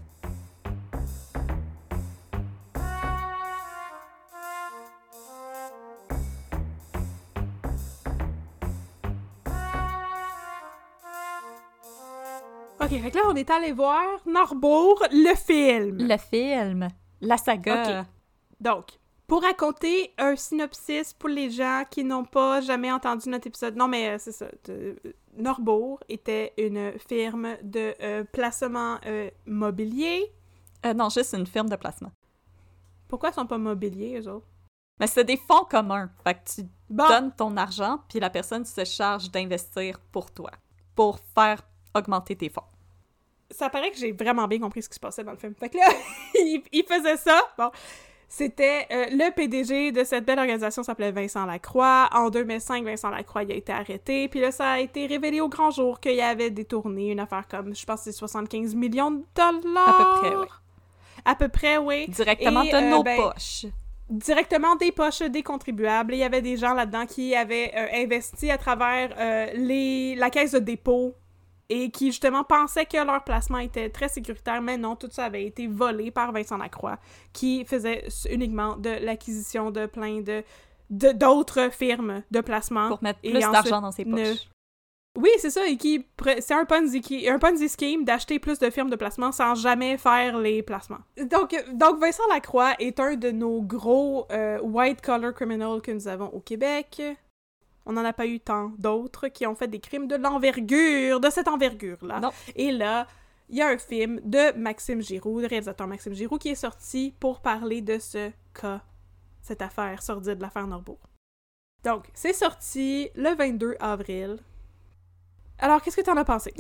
Ok, fait que là, on est allé voir Norbourg, le film. Le film. La saga. Ok. Donc, pour raconter un synopsis pour les gens qui n'ont pas jamais entendu notre épisode. Non, mais c'est ça. Norbourg était une firme de placement mobilier. Non, juste une firme de placement. Pourquoi ils sont pas mobiliers, eux autres? Mais c'est des fonds communs. Fait que tu donnes ton argent, puis la personne se charge d'investir pour toi, pour faire augmenter tes fonds. Ça paraît que j'ai vraiment bien compris ce qui se passait dans le film. Fait que là, il faisait ça. Bon, c'était le PDG de cette belle organisation s'appelait Vincent Lacroix. En 2005, Vincent Lacroix il a été arrêté. Puis là, ça a été révélé au grand jour qu'il avait détourné une affaire comme, je pense, c'est 75 millions de dollars. À peu près, oui. À peu près, oui. Directement de nos poches. Directement des poches des contribuables. Il y avait des gens là-dedans qui avaient investi à travers la caisse de dépôt et qui, justement, pensaient que leur placement était très sécuritaire, mais non, tout ça avait été volé par Vincent Lacroix, qui faisait uniquement de l'acquisition de plein de d'autres firmes de placement. Pour mettre plus d'argent dans ses poches. Oui, c'est ça, et c'est un Ponzi scheme d'acheter plus de firmes de placement sans jamais faire les placements. Donc Vincent Lacroix est un de nos gros white-collar criminals que nous avons au Québec. On n'en a pas eu tant d'autres qui ont fait des crimes de cette envergure-là. Non. Et là, il y a un film de Maxime Giroux, le réalisateur Maxime Giroux, qui est sorti pour parler de ce cas, cette affaire sordide, l'affaire Norbourg. Donc, c'est sorti le 22 avril. Alors, qu'est-ce que t'en as pensé?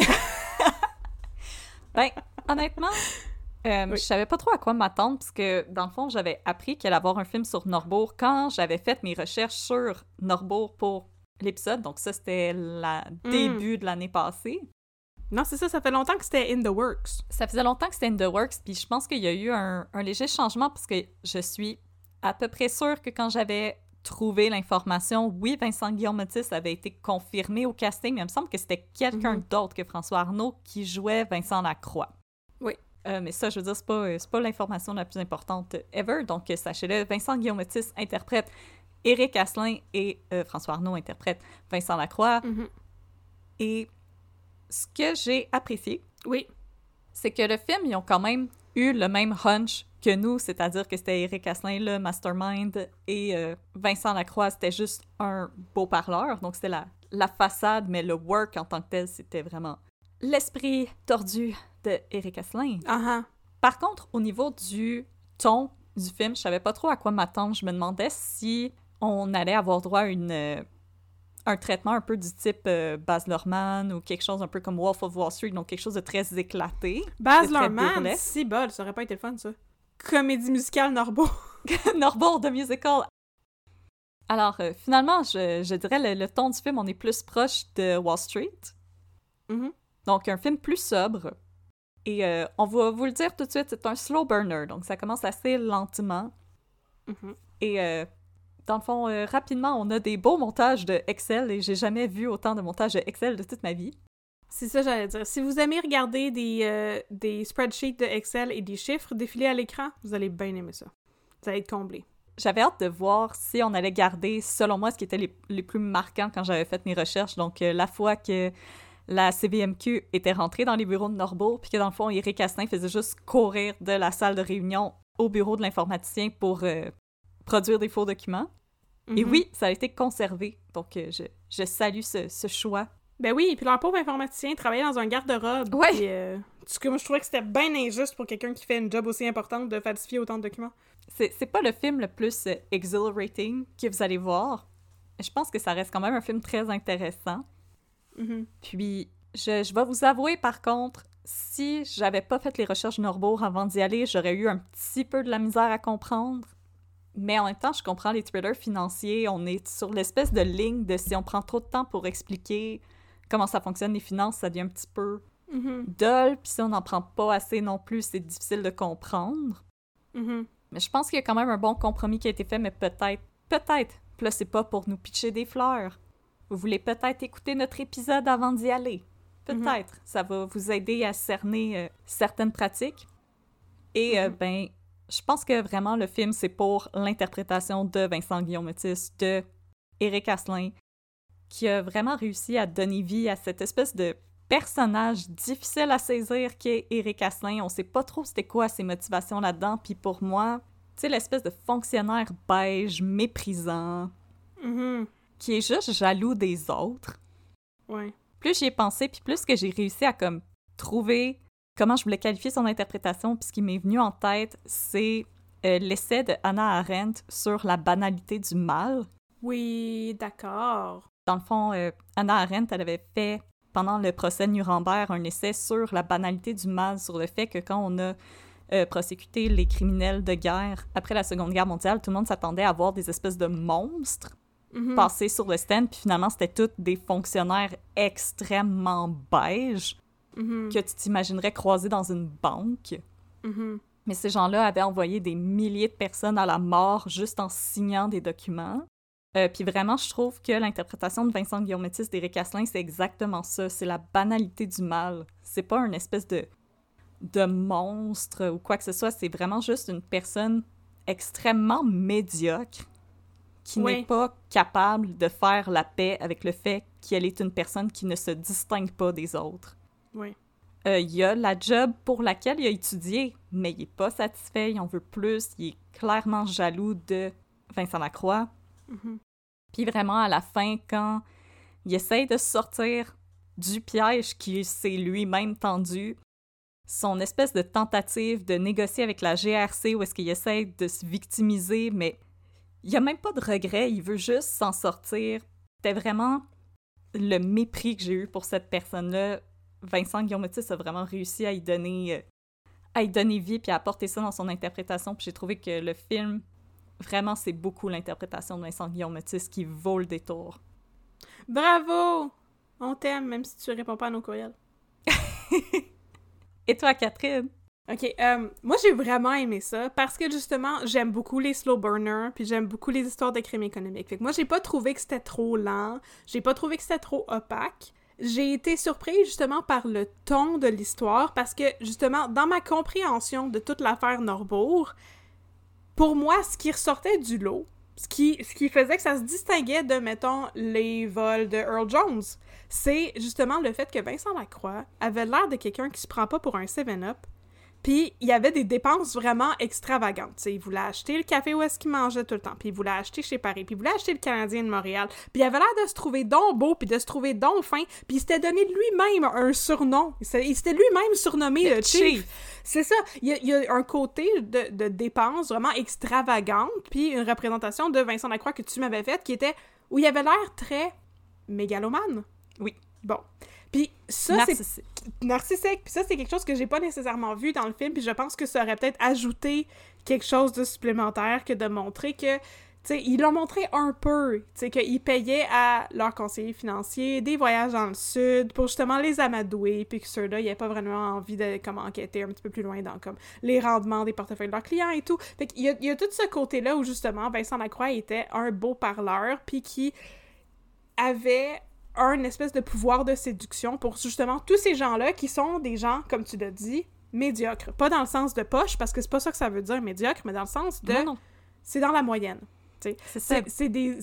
Ben, honnêtement, je savais pas trop à quoi m'attendre, parce que, dans le fond, j'avais appris qu'il allait avoir un film sur Norbourg quand j'avais fait mes recherches sur Norbourg pour l'épisode. Donc ça, c'était le début de l'année passée. Non, c'est ça fait longtemps que c'était in the works. Ça faisait longtemps que c'était in the works, puis je pense qu'il y a eu un léger changement, parce que je suis à peu près sûre que quand j'avais trouvé l'information, oui, Vincent Guillaume-Otis avait été confirmé au casting, mais il me semble que c'était quelqu'un d'autre que François Arnault qui jouait Vincent Lacroix. Oui. Mais ça, je veux dire, c'est pas l'information la plus importante ever, donc sachez-le, Vincent Guillaume-Otis interprète Éric Asselin et François Arnault interprète Vincent Lacroix. Et ce que j'ai apprécié, oui, c'est que le film, ils ont quand même eu le même hunch que nous, c'est-à-dire que c'était Éric Asselin, le mastermind, et Vincent Lacroix, c'était juste un beau parleur. Donc, c'était la façade, mais le work en tant que tel, c'était vraiment l'esprit tordu de Éric Asselin. Par contre, au niveau du ton du film, je savais pas trop à quoi m'attendre. Je me demandais si on allait avoir droit à un traitement un peu du type Baz Luhrmann ou quelque chose un peu comme Wolf of Wall Street, donc quelque chose de très éclaté. Baz Luhrmann, si bol, ça aurait pas été le fun, ça. Comédie musicale Norbourg. Norbourg, the musical. Alors, finalement, je dirais le ton du film, on est plus proche de Wall Street. Donc, un film plus sobre. Et on va vous le dire tout de suite, c'est un slow burner, donc ça commence assez lentement. Et dans le fond, rapidement, on a des beaux montages de Excel, et j'ai jamais vu autant de montages de Excel de toute ma vie. C'est ça, j'allais dire. Si vous aimez regarder des spreadsheets de Excel et des chiffres défiler à l'écran, vous allez bien aimer ça. Vous allez être comblé. J'avais hâte de voir si on allait garder, selon moi, ce qui était les plus marquants quand j'avais fait mes recherches. Donc, la fois que la CVMQ était rentrée dans les bureaux de Norbourg, puis que dans le fond, Éric Asselin faisait juste courir de la salle de réunion au bureau de l'informaticien pour produire des faux documents. Et oui, ça a été conservé. Donc, je salue ce choix. Ben oui, puis leur pauvre informaticien travaillait dans un garde-robe. Ouais. Puis, en tout cas, moi, je trouvais que c'était bien injuste pour quelqu'un qui fait une job aussi importante de falsifier autant de documents. C'est pas le film le plus exhilarating que vous allez voir. Je pense que ça reste quand même un film très intéressant. Puis, je vais vous avouer, par contre, si j'avais pas fait les recherches Norbourg avant d'y aller, j'aurais eu un petit peu de la misère à comprendre. Mais en même temps, je comprends les thrillers financiers. On est sur l'espèce de ligne de si on prend trop de temps pour expliquer comment ça fonctionne les finances, ça devient un petit peu dull. Puis si on n'en prend pas assez non plus, c'est difficile de comprendre. Mais je pense qu'il y a quand même un bon compromis qui a été fait, mais peut-être, puis là, c'est pas pour nous pitcher des fleurs. Vous voulez peut-être écouter notre épisode avant d'y aller. Peut-être. Ça va vous aider à cerner certaines pratiques. Et, ben, je pense que vraiment, le film, c'est pour l'interprétation de Vincent Guillaume-Otis, de Éric Asselin, qui a vraiment réussi à donner vie à cette espèce de personnage difficile à saisir qu'est Éric Asselin. On sait pas trop c'était quoi ses motivations là-dedans, puis pour moi, tu sais, l'espèce de fonctionnaire beige, méprisant, qui est juste jaloux des autres. Ouais. Plus j'y ai pensé, puis plus que j'ai réussi à comme trouver comment je voulais qualifier son interprétation, puis ce qui m'est venu en tête, c'est l'essai de Hannah Arendt sur la banalité du mal. Oui, d'accord. Dans le fond, Hannah Arendt, elle avait fait, pendant le procès de Nuremberg, un essai sur la banalité du mal, sur le fait que quand on a prosécuté les criminels de guerre après la Seconde Guerre mondiale, tout le monde s'attendait à voir des espèces de monstres passer sur le stand, puis finalement, c'était tous des fonctionnaires extrêmement beiges que tu t'imaginerais croiser dans une banque. Mais ces gens-là avaient envoyé des milliers de personnes à la mort juste en signant des documents. Puis vraiment, je trouve que l'interprétation de Vincent Guillaume-Otis d'Éric Asselin, c'est exactement ça. C'est la banalité du mal. C'est pas une espèce de monstre ou quoi que ce soit. C'est vraiment juste une personne extrêmement médiocre qui n'est pas capable de faire la paix avec le fait qu'elle est une personne qui ne se distingue pas des autres. Oui. Il y a la job pour laquelle il a étudié, mais il est pas satisfait, il en veut plus, il est clairement jaloux de Vincent Lacroix. Mm-hmm. Puis vraiment, à la fin, quand il essaye de sortir du piège qu'il s'est lui-même tendu, son espèce de tentative de négocier avec la GRC où est-ce qu'il essaie de se victimiser, mais il n'y a même pas de regret, il veut juste s'en sortir. C'était vraiment le mépris que j'ai eu pour cette personne-là. Vincent Guillaume-Otis a vraiment réussi à y donner vie puis à apporter ça dans son interprétation. Puis j'ai trouvé que le film, vraiment, c'est beaucoup l'interprétation de Vincent Guillaume-Otis qui vaut le détour. Bravo! On t'aime, même si tu réponds pas à nos courriels. Et toi, Catherine? OK, moi, j'ai vraiment aimé ça parce que, justement, j'aime beaucoup les slow burners puis j'aime beaucoup les histoires de crimes économiques. Fait que moi, j'ai pas trouvé que c'était trop lent, j'ai pas trouvé que c'était trop opaque. J'ai été surprise, justement, par le ton de l'histoire parce que, justement, dans ma compréhension de toute l'affaire Norbourg, pour moi, ce qui ressortait du lot, ce qui faisait que ça se distinguait de, mettons, les vols de Earl Jones, c'est justement le fait que Vincent Lacroix avait l'air de quelqu'un qui se prend pas pour un 7-Up, puis il y avait des dépenses vraiment extravagantes. T'sais, il voulait acheter le café où est-ce qu'il mangeait tout le temps, puis il voulait acheter chez Paris, puis il voulait acheter le Canadien de Montréal, puis il avait l'air de se trouver donc beau, puis de se trouver donc fin, puis il s'était donné lui-même un surnom. Il s'était lui-même surnommé le Chief. C'est ça. Il y a un côté de dépenses vraiment extravagante, puis une représentation de Vincent Lacroix que tu m'avais faite, où il avait l'air très mégalomane. Oui. Bon. Puis ça, narcissique. Narcissique. Puis ça, c'est quelque chose que j'ai pas nécessairement vu dans le film, puis je pense que ça aurait peut-être ajouté quelque chose de supplémentaire que de montrer que, tu sais, ils l'ont montré un peu, tu sais, qu'ils payaient à leurs conseillers financiers des voyages dans le sud pour justement les amadouer, puis que ceux-là, ils n'avaient pas vraiment envie de comme enquêter un petit peu plus loin dans comme les rendements des portefeuilles de leurs clients et tout. Fait qu'il y a tout ce côté-là où justement Vincent Lacroix était un beau parleur, puis qui avait un espèce de pouvoir de séduction pour justement tous ces gens-là qui sont des gens, comme tu l'as dit, médiocres. Pas dans le sens de poche, parce que c'est pas ça que ça veut dire médiocre, mais dans le sens de... Non. C'est dans la moyenne. T'sais. C'est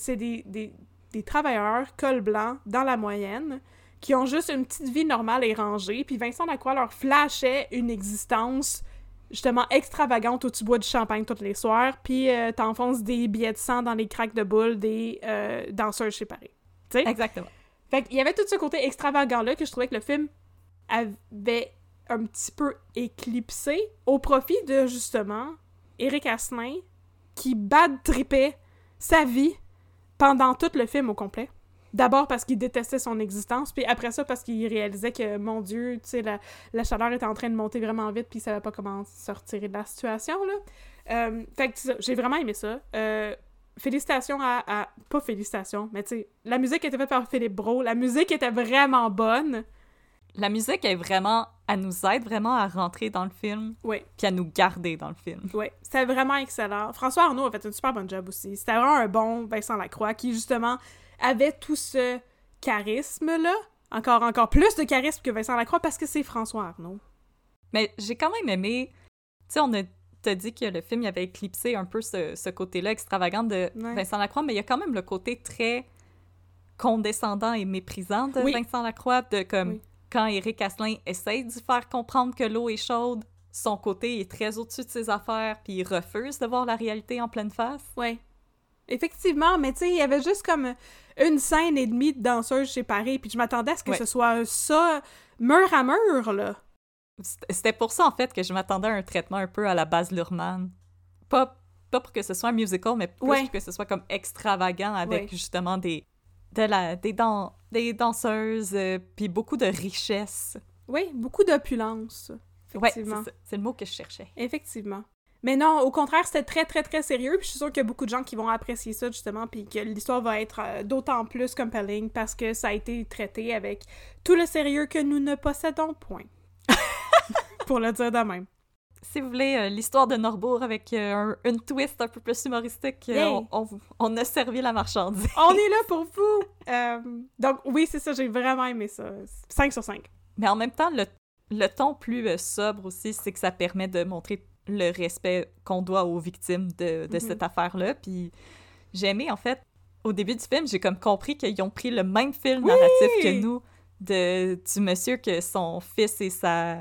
des travailleurs col blanc dans la moyenne qui ont juste une petite vie normale et rangée, puis Vincent Lacroix leur flashait une existence justement extravagante où tu bois du champagne tous les soirs, puis t'enfonces des billets de sang dans les craques de boules des danseurs chez Paris. T'sais? Exactement. Fait qu'il y avait tout ce côté extravagant-là que je trouvais que le film avait un petit peu éclipsé au profit de, justement, Éric Asselin qui bad-trippait sa vie pendant tout le film au complet. D'abord parce qu'il détestait son existence, puis après ça parce qu'il réalisait que, mon Dieu, tu sais, la chaleur était en train de monter vraiment vite, puis il savait pas comment sortir de la situation, là. Fait que j'ai vraiment aimé ça. Félicitations à... Pas félicitations, mais tu sais, la musique était faite par Philippe Brault. La musique était vraiment bonne. La musique est vraiment... Elle nous aide vraiment à rentrer dans le film. Oui. Puis à nous garder dans le film. Oui, c'était vraiment excellent. François Arnault a fait une super bonne job aussi. C'était vraiment un bon Vincent Lacroix qui, justement, avait tout ce charisme-là. Encore plus de charisme que Vincent Lacroix parce que c'est François Arnault. Mais j'ai quand même aimé... Tu sais, t'as dit que le film il avait éclipsé un peu ce côté-là extravagant de Vincent Lacroix, mais il y a quand même le côté très condescendant et méprisant de Vincent Lacroix, de comme quand Éric Asselin essaye d'y faire comprendre que l'eau est chaude, son côté est très au-dessus de ses affaires, puis il refuse de voir la réalité en pleine face. Oui. Effectivement, mais tu sais, il y avait juste comme une scène et demie de danseuse chez Paris, puis je m'attendais à ce que ce soit ça, mur à mur, là. C'était pour ça, en fait, que je m'attendais à un traitement un peu à la Baz Luhrmann. Pas pour que ce soit un musical, mais plus pour que ce soit comme extravagant avec justement des danseuses, puis beaucoup de richesse. Oui, beaucoup d'opulence. Oui, c'est le mot que je cherchais. Effectivement. Mais non, au contraire, c'était très, très, très sérieux, puis je suis sûre qu'il y a beaucoup de gens qui vont apprécier ça, justement, puis que l'histoire va être d'autant plus compelling parce que ça a été traité avec tout le sérieux que nous ne possédons point. Pour le dire de même. Si vous voulez l'histoire de Norbourg avec une twist un peu plus humoristique, on a servi la marchandise. On est là pour vous! Donc oui, c'est ça, j'ai vraiment aimé ça. 5 sur 5. Mais en même temps, le ton plus sobre aussi, c'est que ça permet de montrer le respect qu'on doit aux victimes de cette affaire-là. Puis j'ai aimé, en fait, au début du film, j'ai comme compris qu'ils ont pris le même fil narratif que nous du monsieur que son fils et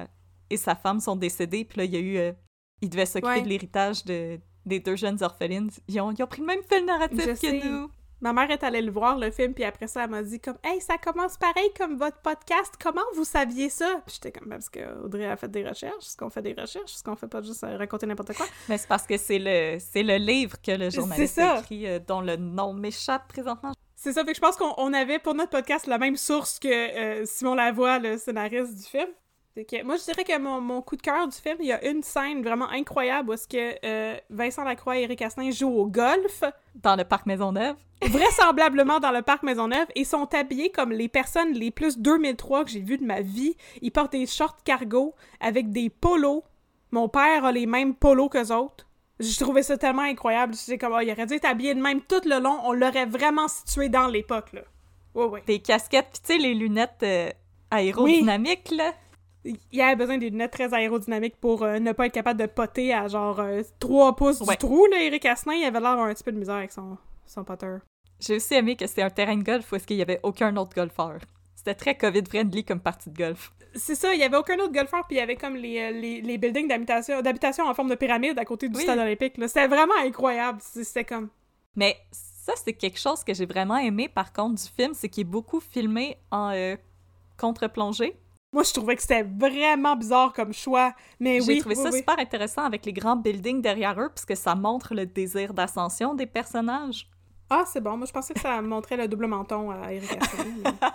sa femme sont décédés, puis là, il y a eu... il devait s'occuper de l'héritage des 2 jeunes orphelines. Ils ont pris le même fil narratif que nous. Ma mère est allée le voir, le film, puis après ça, elle m'a dit comme « Hey, ça commence pareil comme votre podcast, comment vous saviez ça? » Puis j'étais comme « Parce qu'Audrey a fait des recherches, est-ce qu'on fait des recherches? Est-ce qu'on fait pas juste raconter n'importe quoi? » Mais c'est parce que c'est le livre que le journaliste a écrit, dont le nom m'échappe présentement. C'est ça, fait que je pense qu'on avait pour notre podcast la même source que Simon Lavoie, le scénariste du film. Moi, je dirais que mon coup de cœur du film, il y a une scène vraiment incroyable où est-ce que Vincent Lacroix et Éric Asselin jouent au golf. Dans le parc Maisonneuve. Vraisemblablement dans le parc Maisonneuve, et sont habillés comme les personnes les plus 2003 que j'ai vues de ma vie. Ils portent des shorts cargo avec des polos. Mon père a les mêmes polos qu'eux autres. Je trouvais ça tellement incroyable. C'est comme, il aurait dû être habillé de même tout le long. On l'aurait vraiment situé dans l'époque, là. Ouais. Des casquettes, pis tu sais, les lunettes aérodynamiques, là. Il avait besoin des lunettes très aérodynamiques pour ne pas être capable de poter à genre 3 pouces du trou, là. Éric Asselin, il avait l'air un petit peu de misère avec son potter. J'ai aussi aimé que c'était un terrain de golf où est-ce qu'il y avait aucun autre golfeur. C'était très COVID-friendly comme partie de golf. C'est ça, il y avait aucun autre golfeur, puis il y avait comme les buildings d'habitation en forme de pyramide à côté du stade olympique, là. C'était vraiment incroyable, c'était comme... Mais ça, c'est quelque chose que j'ai vraiment aimé, par contre, du film, c'est qu'il est beaucoup filmé en contre-plongée. Moi, je trouvais que c'était vraiment bizarre comme choix, mais J'ai trouvé ça super intéressant avec les grands buildings derrière eux, parce que ça montre le désir d'ascension des personnages. Ah, c'est bon. Moi, je pensais que ça montrait le double menton à Éric Asselin.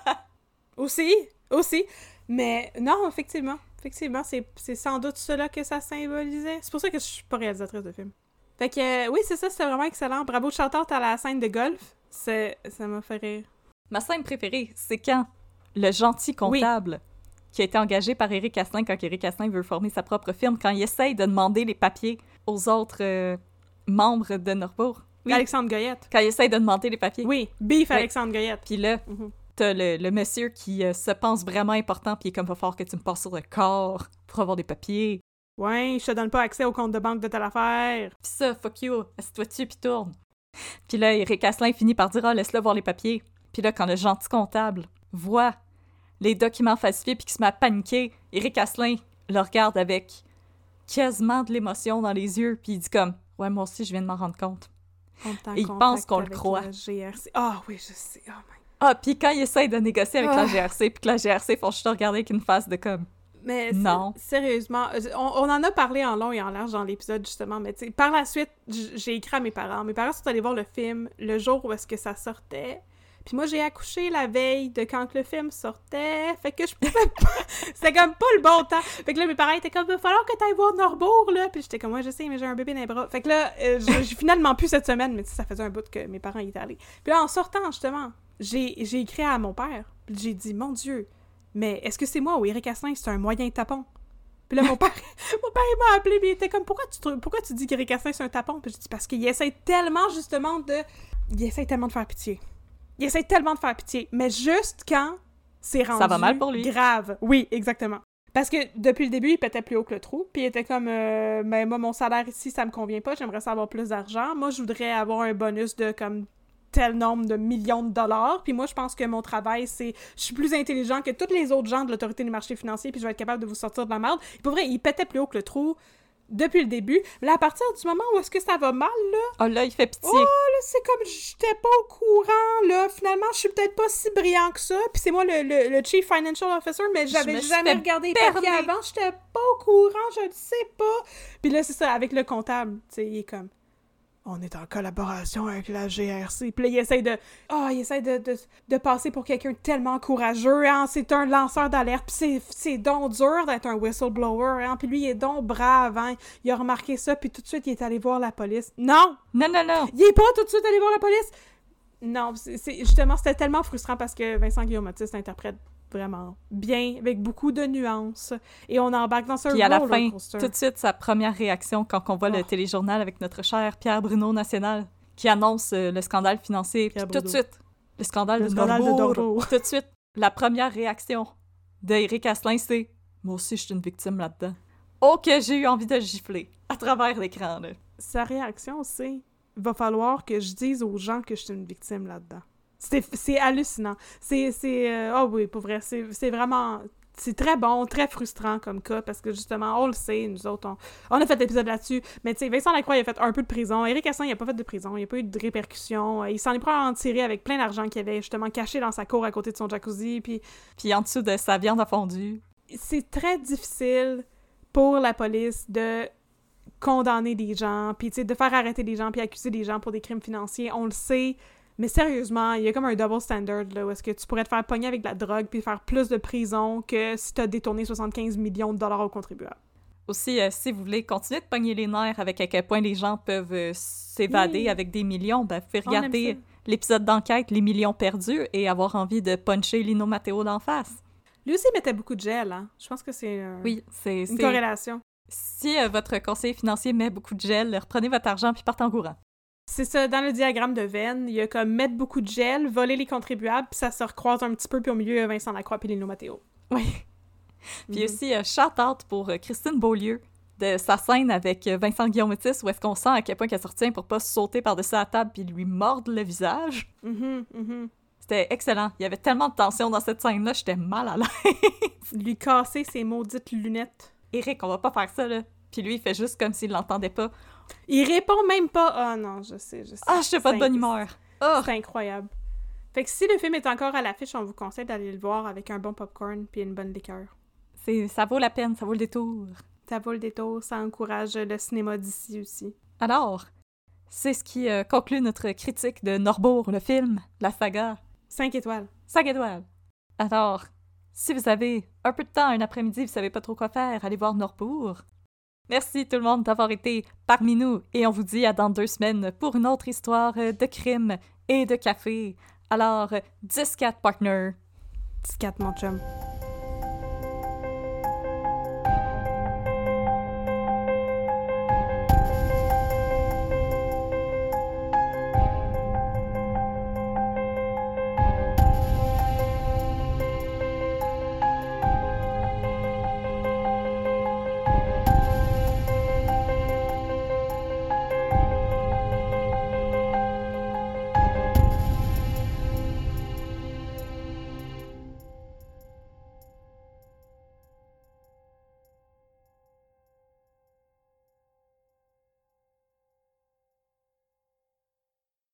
Mais... Aussi. Mais non, effectivement, c'est sans doute cela que ça symbolisait. C'est pour ça que je suis pas réalisatrice de film. Fait que, oui, c'est ça, c'était vraiment excellent. Bravo, shout-out à la scène de golf. Ça m'a fait rire. Ma scène préférée, c'est quand le gentil comptable... qui a été engagé par Éric Asselin quand Éric Asselin veut former sa propre firme, quand il essaye de demander les papiers aux autres membres de Norbourg. Oui. Alexandre Goyette. Quand il essaye de demander les papiers. Oui, beef Alexandre Goyette. Puis là, t'as le monsieur qui se pense vraiment important, puis il est comme, va falloir que tu me passes sur le corps pour avoir des papiers. Ouais, je te donne pas accès au compte de banque de telle affaire. Puis ça, fuck you, assieds-toi dessus, puis tourne. Puis là, Éric Asselin finit par dire, laisse-le voir les papiers. Puis là, quand le gentil comptable voit les documents falsifiés puis qui se met à paniquer, Éric Asselin le regarde avec quasiment de l'émotion dans les yeux, puis il dit comme « Ouais, moi aussi, je viens de m'en rendre compte. » Et il pense qu'on le croit. Ah oui, je sais. Oh my... Ah, puis quand il essaye de négocier avec la GRC, puis que la GRC font juste regarder avec une face de comme Mais non. Sérieusement, on en a parlé en long et en large dans l'épisode, justement, mais tu sais, par la suite, j'ai écrit à mes parents. Mes parents sont allés voir le film le jour où est-ce que ça sortait. Puis moi, j'ai accouché la veille de quand le film sortait, fait que je pouvais pas... C'était comme pas le bon temps. Fait que là, mes parents étaient comme « Il va falloir que t'ailles voir Norbourg, là! » Puis j'étais comme « Ouais, je sais, mais j'ai un bébé dans les bras. » Fait que là, j'ai finalement pu cette semaine, mais ça faisait un bout que mes parents y étaient allés. Puis là, en sortant, justement, j'ai écrit à mon père, puis j'ai dit « Mon Dieu, mais est-ce que c'est moi ou Éric Asselin, c'est un moyen tapon? » Puis là, mon père, il m'a appelé, puis il était comme « Pourquoi tu dis qu'Éric Asselin, c'est un tapon? » Puis j'ai dit « Parce qu'il essaie tellement, justement, Il essaie tellement de faire pitié. Il essaie tellement de faire pitié, mais juste quand c'est rendu ça va mal pour lui. Grave. Oui, exactement. Parce que depuis le début, il pétait plus haut que le trou, puis il était comme ben moi, mon salaire ici, ça me convient pas, j'aimerais ça avoir plus d'argent. Moi, je voudrais avoir un bonus de comme tel nombre de millions de dollars, puis moi, je pense que mon travail, c'est... Je suis plus intelligent que tous les autres gens de l'Autorité des marchés financiers, puis je vais être capable de vous sortir de la merde. Et pour vrai, il pétait plus haut que le trou depuis le début. Là, à partir du moment où est-ce que ça va mal, là... Oh là, il fait pitié. Oh, là, c'est comme... J'étais pas au courant, là. Finalement, je suis peut-être pas si brillant que ça. Puis c'est moi le Chief Financial Officer, mais j'avais jamais regardé les papiers avant. J'étais pas au courant, je le sais pas. Puis là, c'est ça, avec le comptable, tu sais, il est comme... On est en collaboration avec la GRC. Puis là, il essaie de passer pour quelqu'un de tellement courageux, hein. C'est un lanceur d'alerte. Puis c'est donc dur d'être un whistleblower, hein. Puis lui, il est donc brave, hein. Il a remarqué ça, puis tout de suite, il est allé voir la police. Non! Non! Il est pas tout de suite allé voir la police! Non, justement, c'était tellement frustrant parce que Vincent Guillaume-Otis l'interprète vraiment bien, avec beaucoup de nuances. Et on embarque dans ce roller coaster. Puis à la fin, tout de suite, sa première réaction quand on voit le téléjournal avec notre cher Pierre Bruno National qui annonce le scandale financier. Puis tout de suite, le scandale de Norbourg. Tout de suite, la première réaction d'Éric Asselin, c'est « Moi aussi, je suis une victime là-dedans. » Oh, que j'ai eu envie de gifler à travers l'écran, là. Sa réaction, c'est « va falloir que je dise aux gens que je suis une victime là-dedans. C'est hallucinant. Oh oui, pour vrai, c'est vraiment... C'est très bon, très frustrant comme cas, parce que justement, on le sait, nous autres, on a fait l'épisode là-dessus, mais tu sais, Vincent Lacroix, il a fait un peu de prison, Éric Asselin, il a pas fait de prison, il a pas eu de répercussions, il s'en est probablement tiré avec plein d'argent qu'il avait justement caché dans sa cour à côté de son jacuzzi, puis en dessous de sa viande à fondue. C'est très difficile pour la police de condamner des gens, puis tu sais, de faire arrêter des gens, puis accuser des gens pour des crimes financiers, on le sait. Mais sérieusement, il y a comme un double standard, là, où est-ce que tu pourrais te faire pogner avec de la drogue puis faire plus de prison que si t'as détourné 75 millions de dollars aux contribuables. Aussi, si vous voulez continuer de pogner les nerfs avec à quel point les gens peuvent s'évader avec des millions, ben, vous pouvez regarder l'épisode d'enquête « Les millions perdus » et avoir envie de puncher Lino Matteo d'en face. Lui aussi mettait beaucoup de gel, hein? Je pense que c'est oui, c'est une corrélation. Si votre conseiller financier met beaucoup de gel, reprenez votre argent puis partez en courant. C'est ça, dans le diagramme de Venn, il y a comme mettre beaucoup de gel, voler les contribuables, puis ça se recroise un petit peu, puis au milieu, il y a Vincent Lacroix puis Lino Matteo. Oui. Puis aussi, shout-out pour Christine Beaulieu, de sa scène avec Vincent Guillaume-Métis, où est-ce qu'on sent à quel point qu'elle se retient pour pas sauter par-dessus la table puis lui mordre le visage. C'était excellent. Il y avait tellement de tension dans cette scène-là, j'étais mal à l'aise. Lui casser ses maudites lunettes. Éric, on va pas faire ça, là. Puis lui, il fait juste comme s'il l'entendait pas. Il répond même pas. Ah non, je sais. Ah, je suis pas de bonne humeur. Oh. C'est incroyable. Fait que si le film est encore à l'affiche, on vous conseille d'aller le voir avec un bon popcorn puis une bonne liqueur. Ça vaut la peine, ça vaut le détour. Ça vaut le détour, ça encourage le cinéma d'ici aussi. Alors, c'est ce qui conclut notre critique de Norbourg, le film, la saga. 5 étoiles. 5 étoiles. Alors, si vous avez un peu de temps, un après-midi, vous savez pas trop quoi faire, allez voir Norbourg. Merci tout le monde d'avoir été parmi nous et on vous dit à dans 2 semaines pour une autre histoire de crime et de café. Alors, 10-4 partner. 10-4 mon chum.